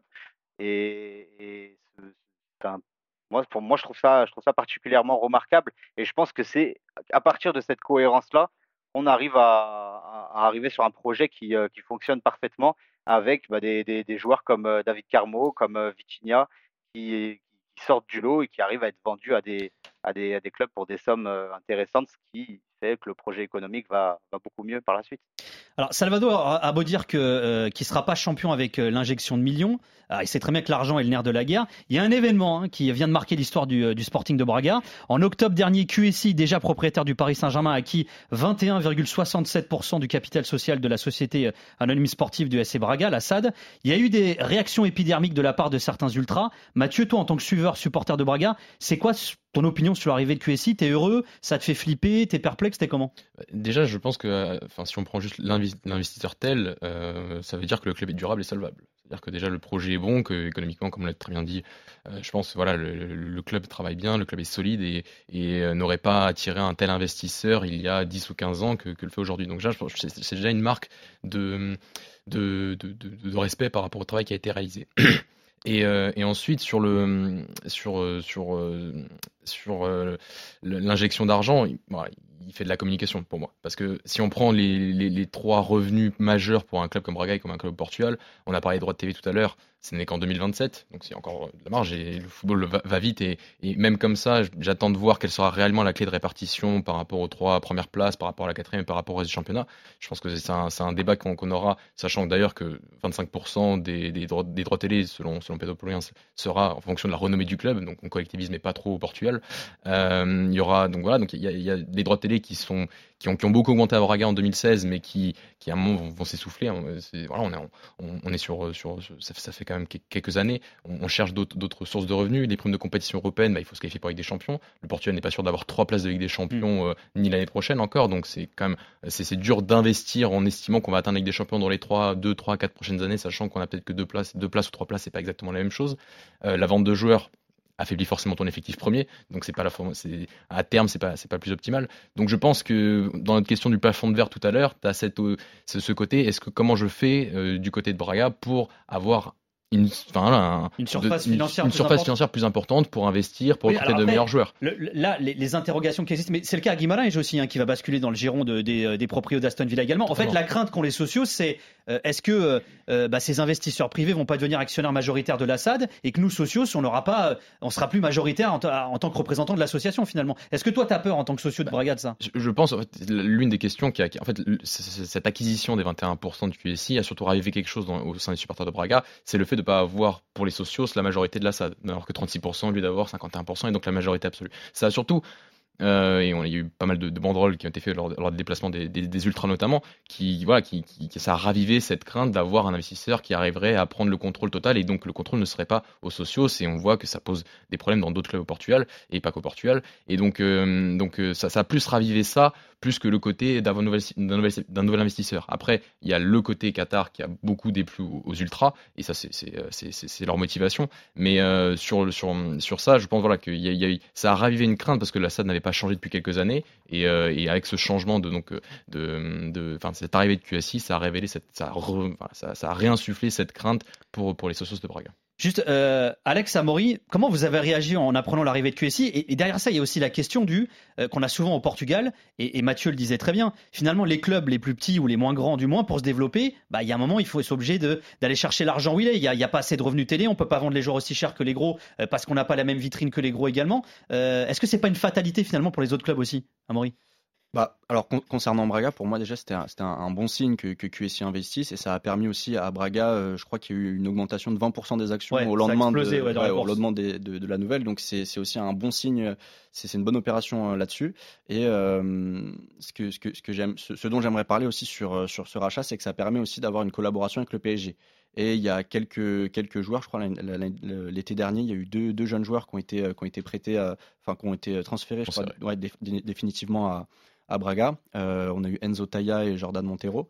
Et, et ce- c'est un- moi, pour moi, je trouve ça, je trouve ça particulièrement remarquable. Et je pense que c'est à partir de cette cohérence-là, on arrive à, à- à arriver sur un projet qui, euh, qui fonctionne parfaitement avec bah, des, des- des joueurs comme euh, David Carmo, comme euh, Vitinha, qui, qui sortent du lot et qui arrivent à être vendus à des, à des, à des clubs pour des sommes euh, intéressantes, ce qui fait que le projet économique va, va beaucoup mieux par la suite. Alors Salvador a a beau dire que euh, qu'il sera pas champion avec euh, l'injection de millions. Alors, il sait très bien que l'argent est le nerf de la guerre. Il y a un événement hein, qui vient de marquer l'histoire du, euh, du Sporting de Braga. En octobre dernier, Q S I, déjà propriétaire du Paris Saint-Germain, a acquis vingt et un virgule soixante-sept pour cent du capital social de la société euh, anonyme sportive du S C Braga, la S A D. Il y a eu des réactions épidermiques de la part de certains ultras. Mathieu, toi, en tant que suiveur, supporter de Braga, c'est quoi ton opinion sur l'arrivée de Q S I? T'es heureux? Ça te fait flipper? T'es perplexe? T'es comment? Déjà, je pense que, enfin, si on prend juste l'investi- l'investisseur tel, euh, ça veut dire que le club est durable et solvable. C'est-à-dire que déjà le projet est bon, que économiquement, comme on l'a très bien dit, euh, je pense, voilà, le, le- le club travaille bien, le club est solide et, et euh, n'aurait pas attiré un tel investisseur il y a dix ou quinze ans que, que le fait aujourd'hui. Donc déjà, je pense que c'est, c'est déjà une marque de, de, de, de- de respect par rapport au travail qui a été réalisé. Et, euh, et ensuite sur le sur euh, sur euh, sur euh, le- l'injection d'argent, il, voilà, il fait de la communication pour moi. Parce que si on prend les, les, les trois revenus majeurs pour un club comme Braga et comme un club Portugal, on a parlé de droits de T V tout à l'heure, ce n'est qu'en deux mille vingt-sept, donc c'est encore de la marge et le football va, va vite et, et même comme ça, j'attends de voir quelle sera réellement la clé de répartition par rapport aux trois premières places, par rapport à la quatrième et par rapport au reste du championnat. Je pense que c'est un, c'est un débat qu'on, qu'on aura, sachant d'ailleurs que vingt-cinq pour cent des, des, droits, des droits télé, selon, selon Pedro Poliens, sera en fonction de la renommée du club, donc on collectivise mais pas trop au Portugal. Euh, il y aura donc voilà, donc il y a, il y a des droits de télé qui sont qui ont, qui ont beaucoup augmenté à Braga en deux mille seize, mais qui, qui à un moment vont, vont s'essouffler. C'est, voilà, on est, on, on est sur, sur, ça, ça fait quand même quelques années. On, on cherche d'autres, d'autres sources de revenus. Les primes de compétition européenne, bah, il faut se qualifier pour la Ligue des Champions. Le Portugal n'est pas sûr d'avoir trois places de Ligue des Champions, mmh. euh, ni l'année prochaine encore. Donc c'est quand même, c'est, c'est dur d'investir en estimant qu'on va atteindre la Ligue des Champions dans les trois, deux, trois, quatre prochaines années, sachant qu'on a peut-être que deux places, deux places ou trois places, c'est pas exactement la même chose. Euh, la vente de joueurs affaiblit forcément ton effectif premier, donc c'est pas la c'est, à terme c'est pas c'est pas le plus optimal. Donc je pense que dans notre question du plafond de verre tout à l'heure, tu as cette ce, ce côté, est-ce que comment je fais euh, du côté de Braga pour avoir une, enfin, un, une surface, de, financière, une, une plus surface importante. financière plus importante pour investir, pour oui, recruter de après, meilleurs joueurs. Le, le, là, les, les interrogations qui existent, mais c'est le cas à Guimarães aussi, hein, qui va basculer dans le giron de, des, des proprios d'Aston Villa également. En fait, non. La crainte qu'ont les socios, c'est euh, est-ce que euh, bah, ces investisseurs privés vont pas devenir actionnaires majoritaires de l'Assad et que nous, socios, on n'aura pas, on sera plus majoritaire en, t- en tant que représentant de l'association finalement. Est-ce que toi, tu as peur en tant que socio de Braga de ça ? je, je pense, en fait, l'une des questions qui a, qui, en fait, cette acquisition des vingt et un pour cent du Q S I a surtout ravivé quelque chose dans, au sein des supporters de Braga, c'est le fait de ne pas avoir pour les socios la majorité de l'Assad, alors que trente-six pour cent au lieu d'avoir cinquante et un pour cent et donc la majorité absolue. Ça a surtout, euh, et on, il y a eu pas mal de, de banderoles qui ont été faites lors, lors des déplacements des, des, des ultras notamment, qui, voilà, qui, qui, qui ça a ravivé cette crainte d'avoir un investisseur qui arriverait à prendre le contrôle total et donc le contrôle ne serait pas aux socios et on voit que ça pose des problèmes dans d'autres clubs au Portugal et pas qu'au Portugal et donc, euh, donc ça, ça a plus ravivé ça plus que le côté d'un nouvel, d'un nouvel, d'un nouvel investisseur. Après, il y a le côté Qatar qui a beaucoup déplu aux, aux ultras, et ça, c'est, c'est, c'est, c'est, c'est leur motivation. Mais euh, sur, sur, sur ça, je pense voilà, que y a, y a, ça a ravivé une crainte parce que l'Assad n'avait pas changé depuis quelques années, et, euh, et avec ce changement de, donc, de, de, enfin, cette arrivée de Q S I, ça a révélé, cette, ça, a re, enfin, ça, ça a réinsufflé cette crainte pour, pour les socios de Braga. Juste, euh, Alex Amaury, comment vous avez réagi en apprenant l'arrivée de Q S I et, et derrière ça, il y a aussi la question du euh, qu'on a souvent au Portugal, et, et Mathieu le disait très bien, finalement, les clubs les plus petits ou les moins grands du moins, pour se développer, bah, il y a un moment, il faut être obligé de, d'aller chercher l'argent où il est. Il n'y a, y a pas assez de revenus télé, on ne peut pas vendre les joueurs aussi cher que les gros euh, parce qu'on n'a pas la même vitrine que les gros également. Euh, est-ce que ce n'est pas une fatalité finalement pour les autres clubs aussi, Amaury ? Bah, alors con- concernant Braga, pour moi déjà c'était un, c'était un, un bon signe que, que Q S I investisse et ça a permis aussi à Braga, euh, je crois qu'il y a eu une augmentation de vingt pour cent des actions ouais, au lendemain, explosé, de, ouais, ouais, au lendemain des, de, de la nouvelle, donc c'est, c'est aussi un bon signe, c'est, c'est une bonne opération euh, là-dessus. Et euh, ce, que, ce, que, ce, que j'aime, ce, ce dont j'aimerais parler aussi sur, sur ce rachat, c'est que ça permet aussi d'avoir une collaboration avec le P S G. Et il y a quelques, quelques joueurs, je crois la, la, la, l'été dernier, il y a eu deux, deux jeunes joueurs qui ont été, qui ont été prêtés, à, enfin qui ont été transférés, je crois, ouais, dé, dé, définitivement à à Braga. Euh, on a eu Enzo Taya et Jordan Montero.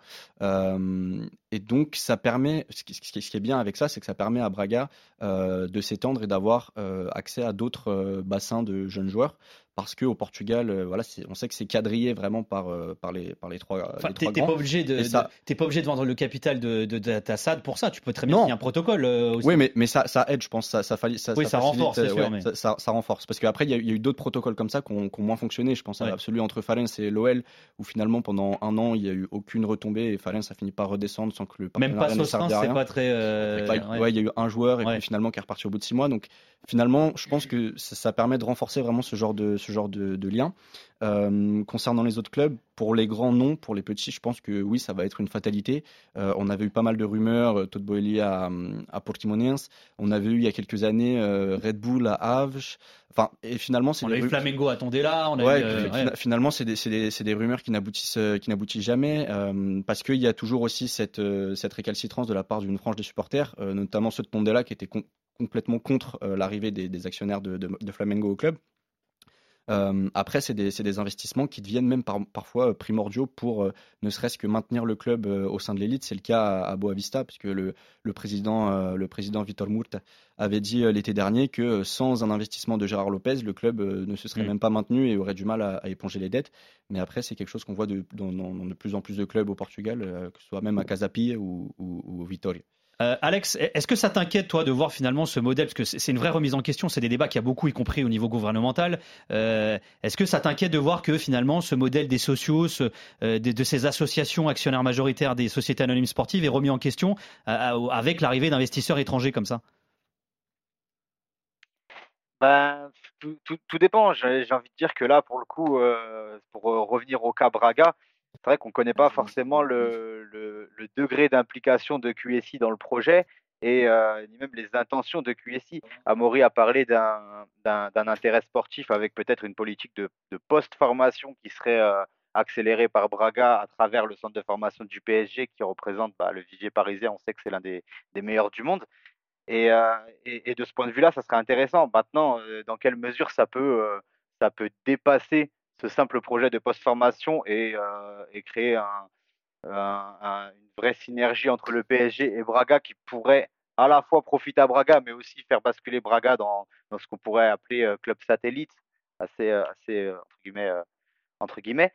Euh, et donc, ça permet, ce qui, ce qui est bien avec ça, c'est que ça permet à Braga euh, de s'étendre et d'avoir euh, accès à d'autres euh, bassins de jeunes joueurs. Parce qu'au Portugal, euh, voilà, c'est, on sait que c'est quadrillé vraiment par, euh, par, les, par les trois, enfin, les t'es, trois t'es grands. Pas obligé de, ça... de, t'es pas obligé de vendre le capital de, de, de Tassad pour ça. Tu peux très bien signer un protocole euh, aussi. Oui, mais, mais ça, ça aide, je pense. Ça, ça, ça, oui, ça, ça facilite, renforce, c'est ouais, sûr. Mais... Ça, ça, ça renforce. Parce qu'après, il y, y a eu d'autres protocoles comme ça qui ont, qui ont moins fonctionné. Je pense ouais. à celui entre Farense et l'O L, où finalement, pendant un an, il n'y a eu aucune retombée et Farense a fini par redescendre sans que le partenariat Même pas ne serve à rien. C'est pas très. Euh... Ouais, ouais. ouais, il y a eu un joueur et ouais. puis finalement qui est reparti au bout de six mois. Donc finalement, je pense que ça, ça permet de renforcer vraiment ce genre de, ce genre de, de lien. Euh, concernant les autres clubs, pour les grands non, pour les petits, je pense que oui, ça va être une fatalité. Euh, on avait eu pas mal de rumeurs, euh, Todd Boehly à, à Portimonense, on avait eu il y a quelques années euh, Red Bull à Aves. Enfin, et finalement, c'est on des a eu ru- Flamengo à Tondela. On a ouais, eu, euh, fina- ouais. Finalement, c'est des, c'est, des, c'est des rumeurs qui n'aboutissent, euh, qui n'aboutissent jamais, euh, parce qu'il y a toujours aussi cette, euh, cette récalcitrance de la part d'une frange des supporters, euh, notamment ceux de Tondela qui étaient con- complètement contre euh, l'arrivée des, des actionnaires de, de, de Flamengo au club. Euh, après, c'est des, c'est des investissements qui deviennent même par, parfois primordiaux pour euh, ne serait-ce que maintenir le club euh, au sein de l'élite. C'est le cas à, à Boavista, puisque le, le président, euh, le président Vitor Murta avait dit euh, l'été dernier que euh, sans un investissement de Gérard Lopez, le club euh, ne se serait mmh. même pas maintenu et aurait du mal à, à éponger les dettes. Mais après, c'est quelque chose qu'on voit de, dans, dans, dans de plus en plus de clubs au Portugal, euh, que ce soit même à Casapi ou, ou, ou au Vitória. Euh, Alex, est-ce que ça t'inquiète, toi, de voir finalement ce modèle, parce que c'est une vraie remise en question, c'est des débats qu'il y a beaucoup, y compris au niveau gouvernemental. Euh, est-ce que ça t'inquiète de voir que finalement ce modèle des socios, ce, euh, de, de ces associations actionnaires majoritaires des sociétés anonymes sportives est remis en question euh, avec l'arrivée d'investisseurs étrangers comme ça ? Ben, tout, tout, tout dépend. J'ai, j'ai envie de dire que là, pour le coup, euh, pour euh, revenir au cas Braga, c'est vrai qu'on ne connaît pas forcément le, le, le degré d'implication de Q S I dans le projet et euh, ni même les intentions de Q S I. Amaury a parlé d'un, d'un, d'un intérêt sportif avec peut-être une politique de, de post-formation qui serait euh, accéléré par Braga à travers le centre de formation du P S G qui représente bah, le vivier parisien. On sait que c'est l'un des, des meilleurs du monde. Et, euh, et, et de ce point de vue-là, ça serait intéressant. Maintenant, euh, dans quelle mesure ça peut, euh, ça peut dépasser ce simple projet de post-formation et, euh, et créer un, un, un, une vraie synergie entre le P S G et Braga qui pourrait à la fois profiter à Braga, mais aussi faire basculer Braga dans, dans ce qu'on pourrait appeler euh, club satellite, assez, euh, assez euh, entre guillemets, euh, entre guillemets.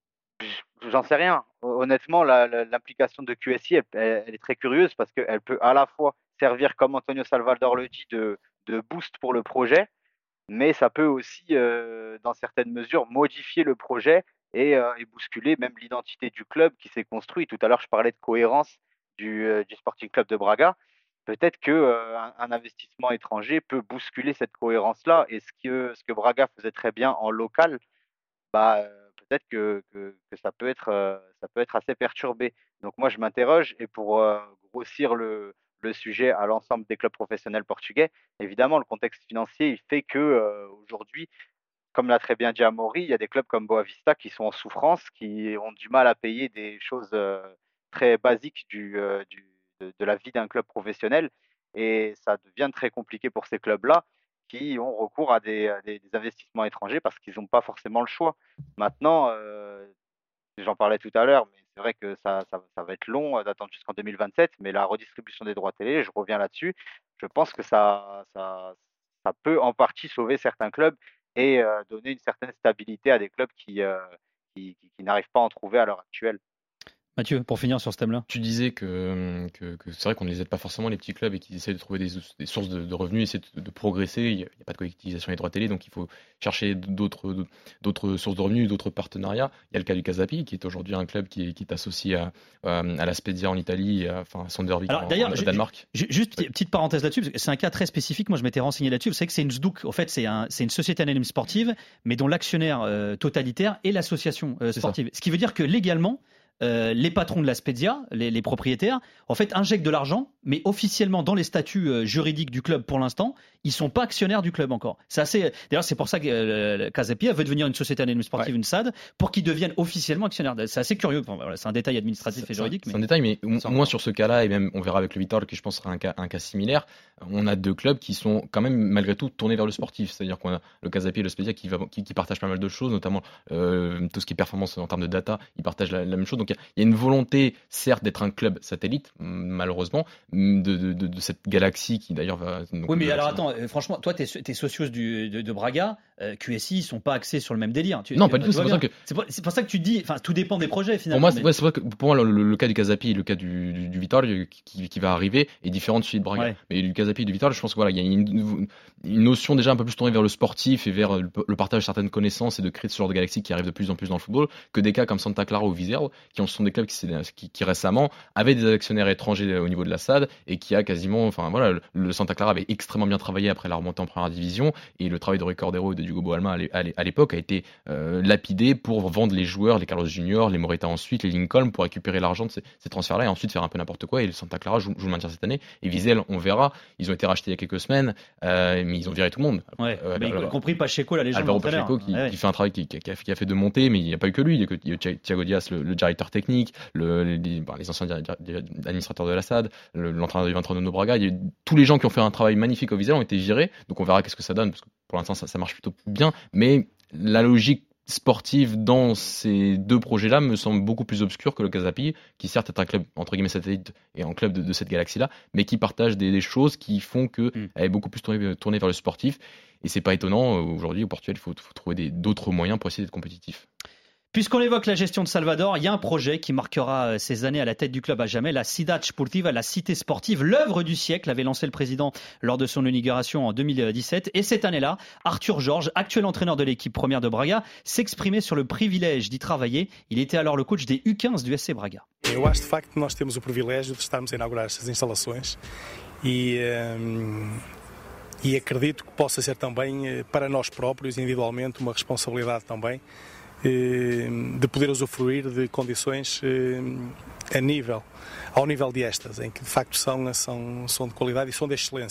J'en sais rien. Honnêtement, la, la, l'implication de Q S I, elle, elle est très curieuse parce qu'elle peut à la fois servir, comme Antonio Salvador le dit, de, de boost pour le projet, mais ça peut aussi, euh, dans certaines mesures, modifier le projet et, euh, et bousculer même l'identité du club qui s'est construit. Tout à l'heure, je parlais de cohérence du, euh, du Sporting Club de Braga. Peut-être qu'un euh, un investissement étranger peut bousculer cette cohérence-là. Et ce que, ce que Braga faisait très bien en local, bah, euh, peut-être que, que, que ça, peut être, euh, ça peut être assez perturbé. Donc moi, je m'interroge. Et pour euh, grossir le, le sujet à l'ensemble des clubs professionnels portugais, évidemment, le contexte financier, il fait que euh, aujourd'hui, comme l'a très bien dit Amaury, il y a des clubs comme Boavista qui sont en souffrance, qui ont du mal à payer des choses euh, très basiques du, euh, du, de, de la vie d'un club professionnel. Et ça devient très compliqué pour ces clubs-là qui ont recours à des, à des, des investissements étrangers parce qu'ils n'ont pas forcément le choix. Maintenant, euh, j'en parlais tout à l'heure, mais c'est vrai que ça, ça, ça va être long d'attendre jusqu'en deux mille vingt-sept, mais la redistribution des droits télé, je reviens là-dessus, je pense que ça, ça, ça peut en partie sauver certains clubs et euh, donner une certaine stabilité à des clubs qui, euh, qui, qui, qui n'arrivent pas à en trouver à l'heure actuelle. Mathieu, pour finir sur ce thème-là. Tu disais que, que, que c'est vrai qu'on ne les aide pas forcément, les petits clubs, et qu'ils essaient de trouver des, des sources de, de revenus, essayer de, de progresser. Il n'y a, a pas de collectivisation des droits télé, donc il faut chercher d'autres, d'autres sources de revenus, d'autres partenariats. Il y a le cas du Casapi, qui est aujourd'hui un club qui est, qui est associé à, à, à la Spezia en Italie, à, enfin, à Sondervik en, en Danemark. Juste petite, petite parenthèse là-dessus, parce que c'est un cas très spécifique. Moi, je m'étais renseigné là-dessus. Vous savez que c'est une S D U C. En fait, c'est un, c'est une société anonyme sportive, mais dont l'actionnaire euh, totalitaire est l'association euh, sportive. Ce qui veut dire que légalement, Euh, les patrons de la Spezia, les, les propriétaires, en fait, injectent de l'argent, mais officiellement dans les statuts euh, juridiques du club pour l'instant, ils sont pas actionnaires du club encore. C'est assez. D'ailleurs, c'est pour ça que euh, Casapia veut devenir une société anonyme sportive, ouais. une S A D, pour qu'ils deviennent officiellement actionnaires. C'est assez curieux. Enfin, voilà, c'est un détail administratif c'est, et juridique. C'est mais... un détail, mais moi sur ce cas-là, et même on verra avec le Vitor, qui je pense sera un cas, un cas similaire. On a deux clubs qui sont quand même malgré tout tournés vers le sportif. C'est-à-dire qu'on a le Casapia et le Spezia qui, va, qui, qui partagent pas mal de choses, notamment euh, tout ce qui est performance en termes de data. Ils partagent la, la même chose. Donc il y, y a une volonté, certes, d'être un club satellite, malheureusement, de, de, de, de cette galaxie qui d'ailleurs va. Oui, mais alors attends, euh, franchement, toi, t'es, t'es socios du, de, de Braga, euh, Q S I, ils sont pas axés sur le même délire. Tu, non, tu, pas du tout. C'est pour, ça que... c'est, pour, c'est pour ça que tu dis, enfin, tout dépend des projets finalement. Pour moi, mais... ouais, c'est vrai que pour moi, le, le, le cas du Casapi et le cas du, du, du Vitor qui, qui va arriver est différent de celui de Braga. Ouais. Mais du Casapi et du Vitor, je pense que voilà, il y a une, une notion déjà un peu plus tournée vers le sportif et vers le, le partage de certaines connaissances et de créer ce genre de galaxie qui arrive de plus en plus dans le football, que des cas comme Santa Clara ou Viseu, qui sont des clubs qui, qui, qui récemment avaient des actionnaires étrangers au niveau de la S A D et qui a quasiment, enfin voilà, le, le Santa Clara avait extrêmement bien travaillé après la remontée en première division et le travail de Ricordero et de Hugo Boalma à l'époque a été euh, lapidé pour vendre les joueurs, les Carlos Junior, les Moreta ensuite, les Lincoln pour récupérer l'argent de ces, ces transferts-là et ensuite faire un peu n'importe quoi. Et le Santa Clara joue, joue le maintien cette année. Et Viseu, on verra, ils ont été rachetés il y a quelques semaines, euh, mais ils ont viré tout le monde. Ouais, euh, mais alors, y compris Pacheco, la légende. Alvaro Pacheco qui, ouais. qui fait un travail qui, qui, a, qui a fait de montée, mais il n'y a pas eu que lui. Il y a, que, il y a Thiago Diaz, le, le directeur technique, le, les, bah, les anciens administrateurs de la S A D, le, l'entraîneur du vingt-trois de Braga. Il y a eu, tous les gens qui ont fait un travail magnifique au Viseu ont été virés. Donc on verra qu'est-ce que ça donne, parce que pour l'instant ça, ça marche plutôt bien. Mais la logique sportive dans ces deux projets-là me semble beaucoup plus obscure que le Casapi, qui certes est un club entre guillemets satellite et un club de, de cette galaxie-là, mais qui partage des, des choses qui font qu'elle mm. est beaucoup plus tournée, tournée vers le sportif. Et c'est pas étonnant, aujourd'hui au Portugal, il faut, faut trouver des, d'autres moyens pour essayer d'être compétitif. Puisqu'on évoque la gestion de Salvador, il y a un projet qui marquera ces années à la tête du club à jamais, la Cidade Sportiva, la cité sportive, l'œuvre du siècle, avait lancé le président lors de son inauguration en deux mille dix-sept. Et cette année-là, Arthur Jorge, actuel entraîneur de l'équipe première de Braga, s'exprimait sur le privilège d'y travailler. Il était alors le coach des U quinze du S C Braga. Eu acho de facto que nós temos o privilégio de estarmos a inaugurar estas instalações e, um, e acredito que possa ser também para nós próprios, individualmente, uma responsabilidade também de poder usufruir de condições a nível, ao nível destas, em que de facto são, são, são de qualidade e são de excelência.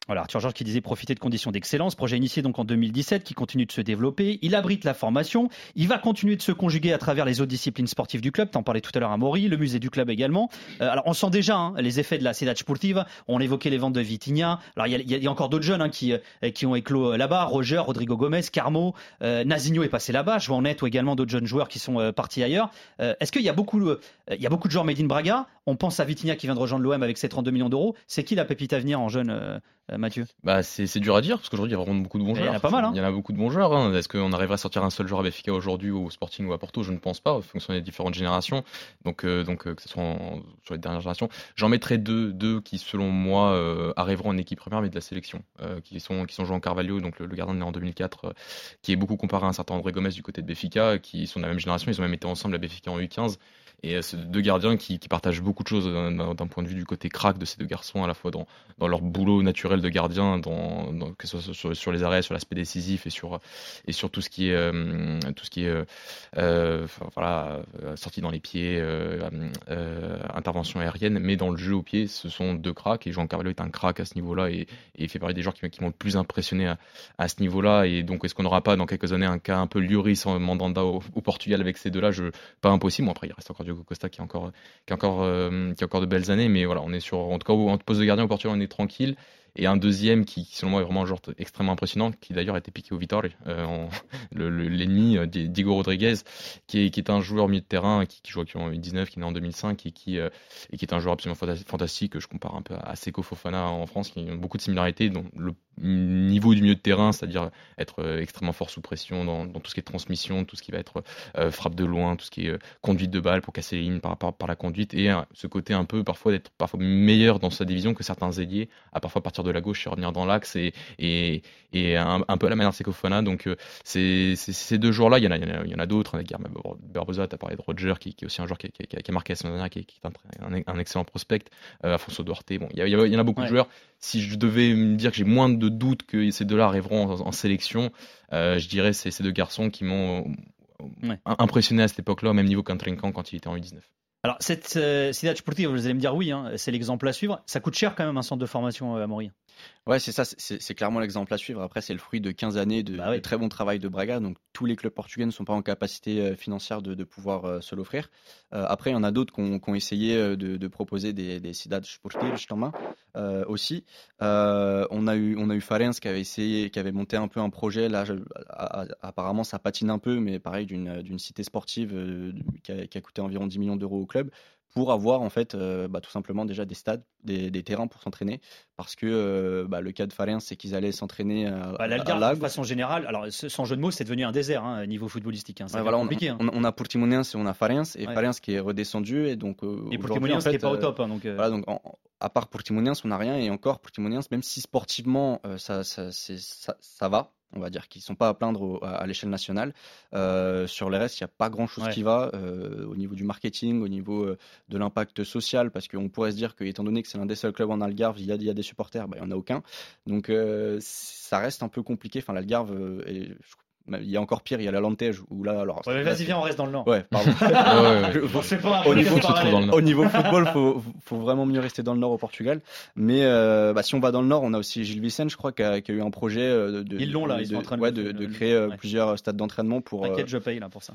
Voilà, Arthur Georges qui disait profiter de conditions d'excellence, projet initié donc en deux mille dix-sept qui continue de se développer, il abrite la formation, il va continuer de se conjuguer à travers les autres disciplines sportives du club, t'en parlais tout à l'heure à Maury, le musée du club également. Euh, alors on sent déjà hein, les effets de la Cidade Sportiva, on évoquait les ventes de Vitinha, alors il y, y, y a encore d'autres jeunes hein, qui, euh, qui ont éclos là-bas, Roger, Rodrigo Gomez, Carmo, euh, Nazinho est passé là-bas, je vois en net ou également d'autres jeunes joueurs qui sont euh, partis ailleurs. Euh, est-ce qu'il y a beaucoup, euh, il y a beaucoup de joueurs made in Braga, on pense à Vitinha qui vient de rejoindre l'O M avec ses trente-deux millions d'euros, c'est qui la pépite à venir en jeune euh, Euh, Mathieu? Bah, c'est, c'est dur à dire parce qu'aujourd'hui il y a vraiment beaucoup de bons joueurs. Il y en a pas mal. Hein. Il y en a beaucoup de bons joueurs. Hein. Est-ce qu'on arriverait à sortir un seul joueur à Benfica aujourd'hui ou au Sporting ou à Porto? Je ne pense pas, en fonction des différentes générations. Donc, euh, donc euh, que ce soit en, sur les dernières générations. J'en mettrai deux, deux qui selon moi euh, arriveront en équipe première mais de la sélection, euh, qui sont qui sont joués en Carvalho, donc le, le gardien né en deux mille quatre, euh, qui est beaucoup comparé à un certain André Gomes du côté de Benfica, qui sont de la même génération. Ils ont même été ensemble à Benfica en U quinze. Et c'est deux gardiens qui, qui partagent beaucoup de choses d'un, d'un point de vue du côté crack de ces deux garçons, à la fois dans, dans leur boulot naturel de gardien, dans, dans, que ce soit sur, sur les arrêts, sur l'aspect décisif et sur, et sur tout ce qui est, euh, tout ce qui est euh, voilà, sortie dans les pieds, euh, euh, intervention aérienne, mais dans le jeu au pied, ce sont deux cracks. Et João Carvalho est un crack à ce niveau-là et, et il fait partie des joueurs qui, qui m'ont le plus impressionné à, à ce niveau-là. Et donc, est-ce qu'on n'aura pas dans quelques années un cas un peu Lloris en Mandanda au, au Portugal avec ces deux-là? Je, pas impossible. Bon, après, il reste encore Diogo Costa qui a encore, qui a encore, euh, qui a encore de belles années, mais voilà, on est sur, en tout cas, en poste de gardien au Portugal, on est tranquille. Et un deuxième qui, qui selon moi est vraiment un joueur extrêmement impressionnant, qui d'ailleurs a été piqué au Vitória, euh, en, le, le, l'ennemi euh, Diego Rodriguez, qui est, qui est un joueur milieu de terrain qui, qui joue actuellement en U dix-neuf, qui est né en deux mille cinq et qui, euh, et qui est un joueur absolument fantastique. Je compare un peu à Seko Fofana en France, qui ont beaucoup de similarités. Donc le niveau du milieu de terrain, c'est-à-dire être extrêmement fort sous pression dans, dans tout ce qui est transmission, tout ce qui va être euh, frappe de loin, tout ce qui est euh, conduite de balle pour casser les lignes par, par, par la conduite, et euh, ce côté un peu parfois d'être parfois meilleur dans sa division que certains ailiers, à parfois partir de la gauche et revenir dans l'axe, et, et, et un, un peu à la manière de Seko Fofana. Donc euh, c'est, c'est, ces deux joueurs-là, il y en a, il y en a, il y en a d'autres, hein, Guilherme Barbosa, tu as parlé de Roger, qui, qui est aussi un joueur qui, qui, qui, qui a marqué la semaine dernière, qui, qui est un, un, un excellent prospect, euh, Afonso Duarte, bon, il y, il y en a beaucoup ouais. de joueurs. Si je devais me dire que j'ai moins de doutes que ces deux-là arriveront en, en sélection, euh, je dirais c'est ces deux garçons qui m'ont ouais. impressionné à cette époque-là, au même niveau qu'un Trinquant quand il était en U dix-neuf. Alors, cette euh, Cidade Sportiva, vous allez me dire oui, hein, c'est l'exemple à suivre. Ça coûte cher quand même un centre de formation euh, à Maury. Ouais, c'est ça, c'est, c'est clairement l'exemple à suivre. Après, c'est le fruit de quinze années de, bah oui. de très bon travail de Braga. Donc, tous les clubs portugais ne sont pas en capacité euh, financière de, de pouvoir euh, se l'offrir. Euh, après, il y en a d'autres qui ont, qui ont essayé de, de proposer des, des Cidades Sportivas justement euh, aussi. Euh, on a eu, on a eu Farense qui avait essayé, qui avait monté un peu un projet. Là, je, à, à, apparemment, ça patine un peu, mais pareil, d'une, d'une cité sportive euh, qui, a, qui a coûté environ dix millions d'euros au club, pour avoir en fait euh, bah, tout simplement déjà des stades, des, des terrains pour s'entraîner, parce que euh, bah, le cas de Farense, c'est qu'ils allaient s'entraîner à, bah, l'Algarve, à de façon générale, alors sans jeu de mots, c'est devenu un désert hein, niveau footballistique, hein, c'est ouais, voilà, compliqué. On, hein. on, on a Portimonense et on a Farense, et ouais. Farense qui est redescendu, et donc euh, et Portimonense en fait, qui est pas au top. Hein, donc, euh... voilà, donc en, à part Portimonense, on n'a rien, et encore Portimonense, même si sportivement euh, ça, ça, c'est, ça, ça va. On va dire qu'ils ne sont pas à plaindre au, à, à l'échelle nationale. Euh, sur les restes, il n'y a pas grand-chose ouais. qui va euh, au niveau du marketing, au niveau euh, de l'impact social, parce qu'on pourrait se dire qu'étant donné que c'est l'un des seuls clubs en Algarve, il y a, il y a des supporters, bah, il n'y en a aucun. Donc euh, ça reste un peu compliqué. Enfin, l'Algarve, euh, est, je il y a encore pire, il y a la Lantège où là alors. Ouais, vas-y, viens, on reste dans le Nord. Ouais, pardon. ouais, ouais, ouais. Je, pas au niveau, au niveau football, faut, faut vraiment mieux rester dans le Nord au Portugal. Mais euh, bah, si on va dans le Nord, on a aussi Gilles Vicente, je crois, qui a, qui a eu un projet de. Ils l'ont là, de, ils sont en train de, ouais, de, de créer ouais. plusieurs stades d'entraînement pour. T'inquiète, je paye là pour ça.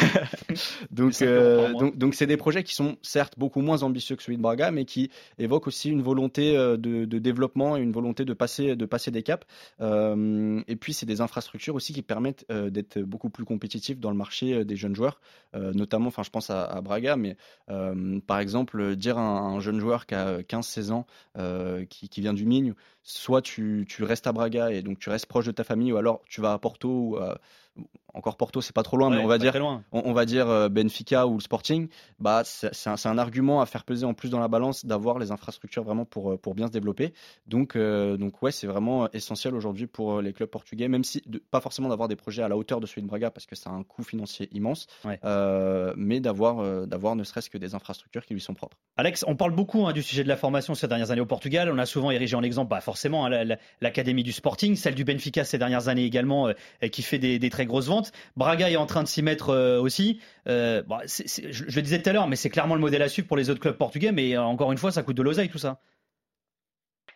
donc, euh, donc, donc c'est des projets qui sont certes beaucoup moins ambitieux que celui de Braga, mais qui évoquent aussi une volonté de, de développement et une volonté de passer, de passer des caps. Euh, et puis c'est des infrastructures aussi qui permettent euh, d'être beaucoup plus compétitif dans le marché des jeunes joueurs, euh, notamment, enfin je pense à, à Braga, mais euh, par exemple dire à un, un jeune joueur qui a quinze seize ans, euh, qui, qui vient du Minho, soit tu, tu restes à Braga et donc tu restes proche de ta famille, ou alors tu vas à Porto, ou à, encore Porto c'est pas trop loin, ouais, mais on va dire, on, on va dire Benfica ou le Sporting, bah c'est, c'est, un, c'est un argument à faire peser en plus dans la balance d'avoir les infrastructures vraiment pour, pour bien se développer. Donc, euh, donc ouais, c'est vraiment essentiel aujourd'hui pour les clubs portugais, même si de, pas forcément d'avoir des projets à la hauteur de celui de Braga parce que ça a un coût financier immense, ouais. euh, mais d'avoir, euh, d'avoir ne serait-ce que des infrastructures qui lui sont propres. Alex, on parle beaucoup hein, du sujet de la formation ces dernières années au Portugal. On a souvent érigé en exemple, bah, forcément, hein, la, la, l'académie du Sporting, celle du Benfica ces dernières années également, euh, qui fait des, des très grosses ventes. Braga est en train de s'y mettre euh, aussi. Euh, bah, c'est, c'est, je, je le disais tout à l'heure, mais c'est clairement le modèle à suivre pour les autres clubs portugais. Mais euh, encore une fois, ça coûte de l'oseille tout ça.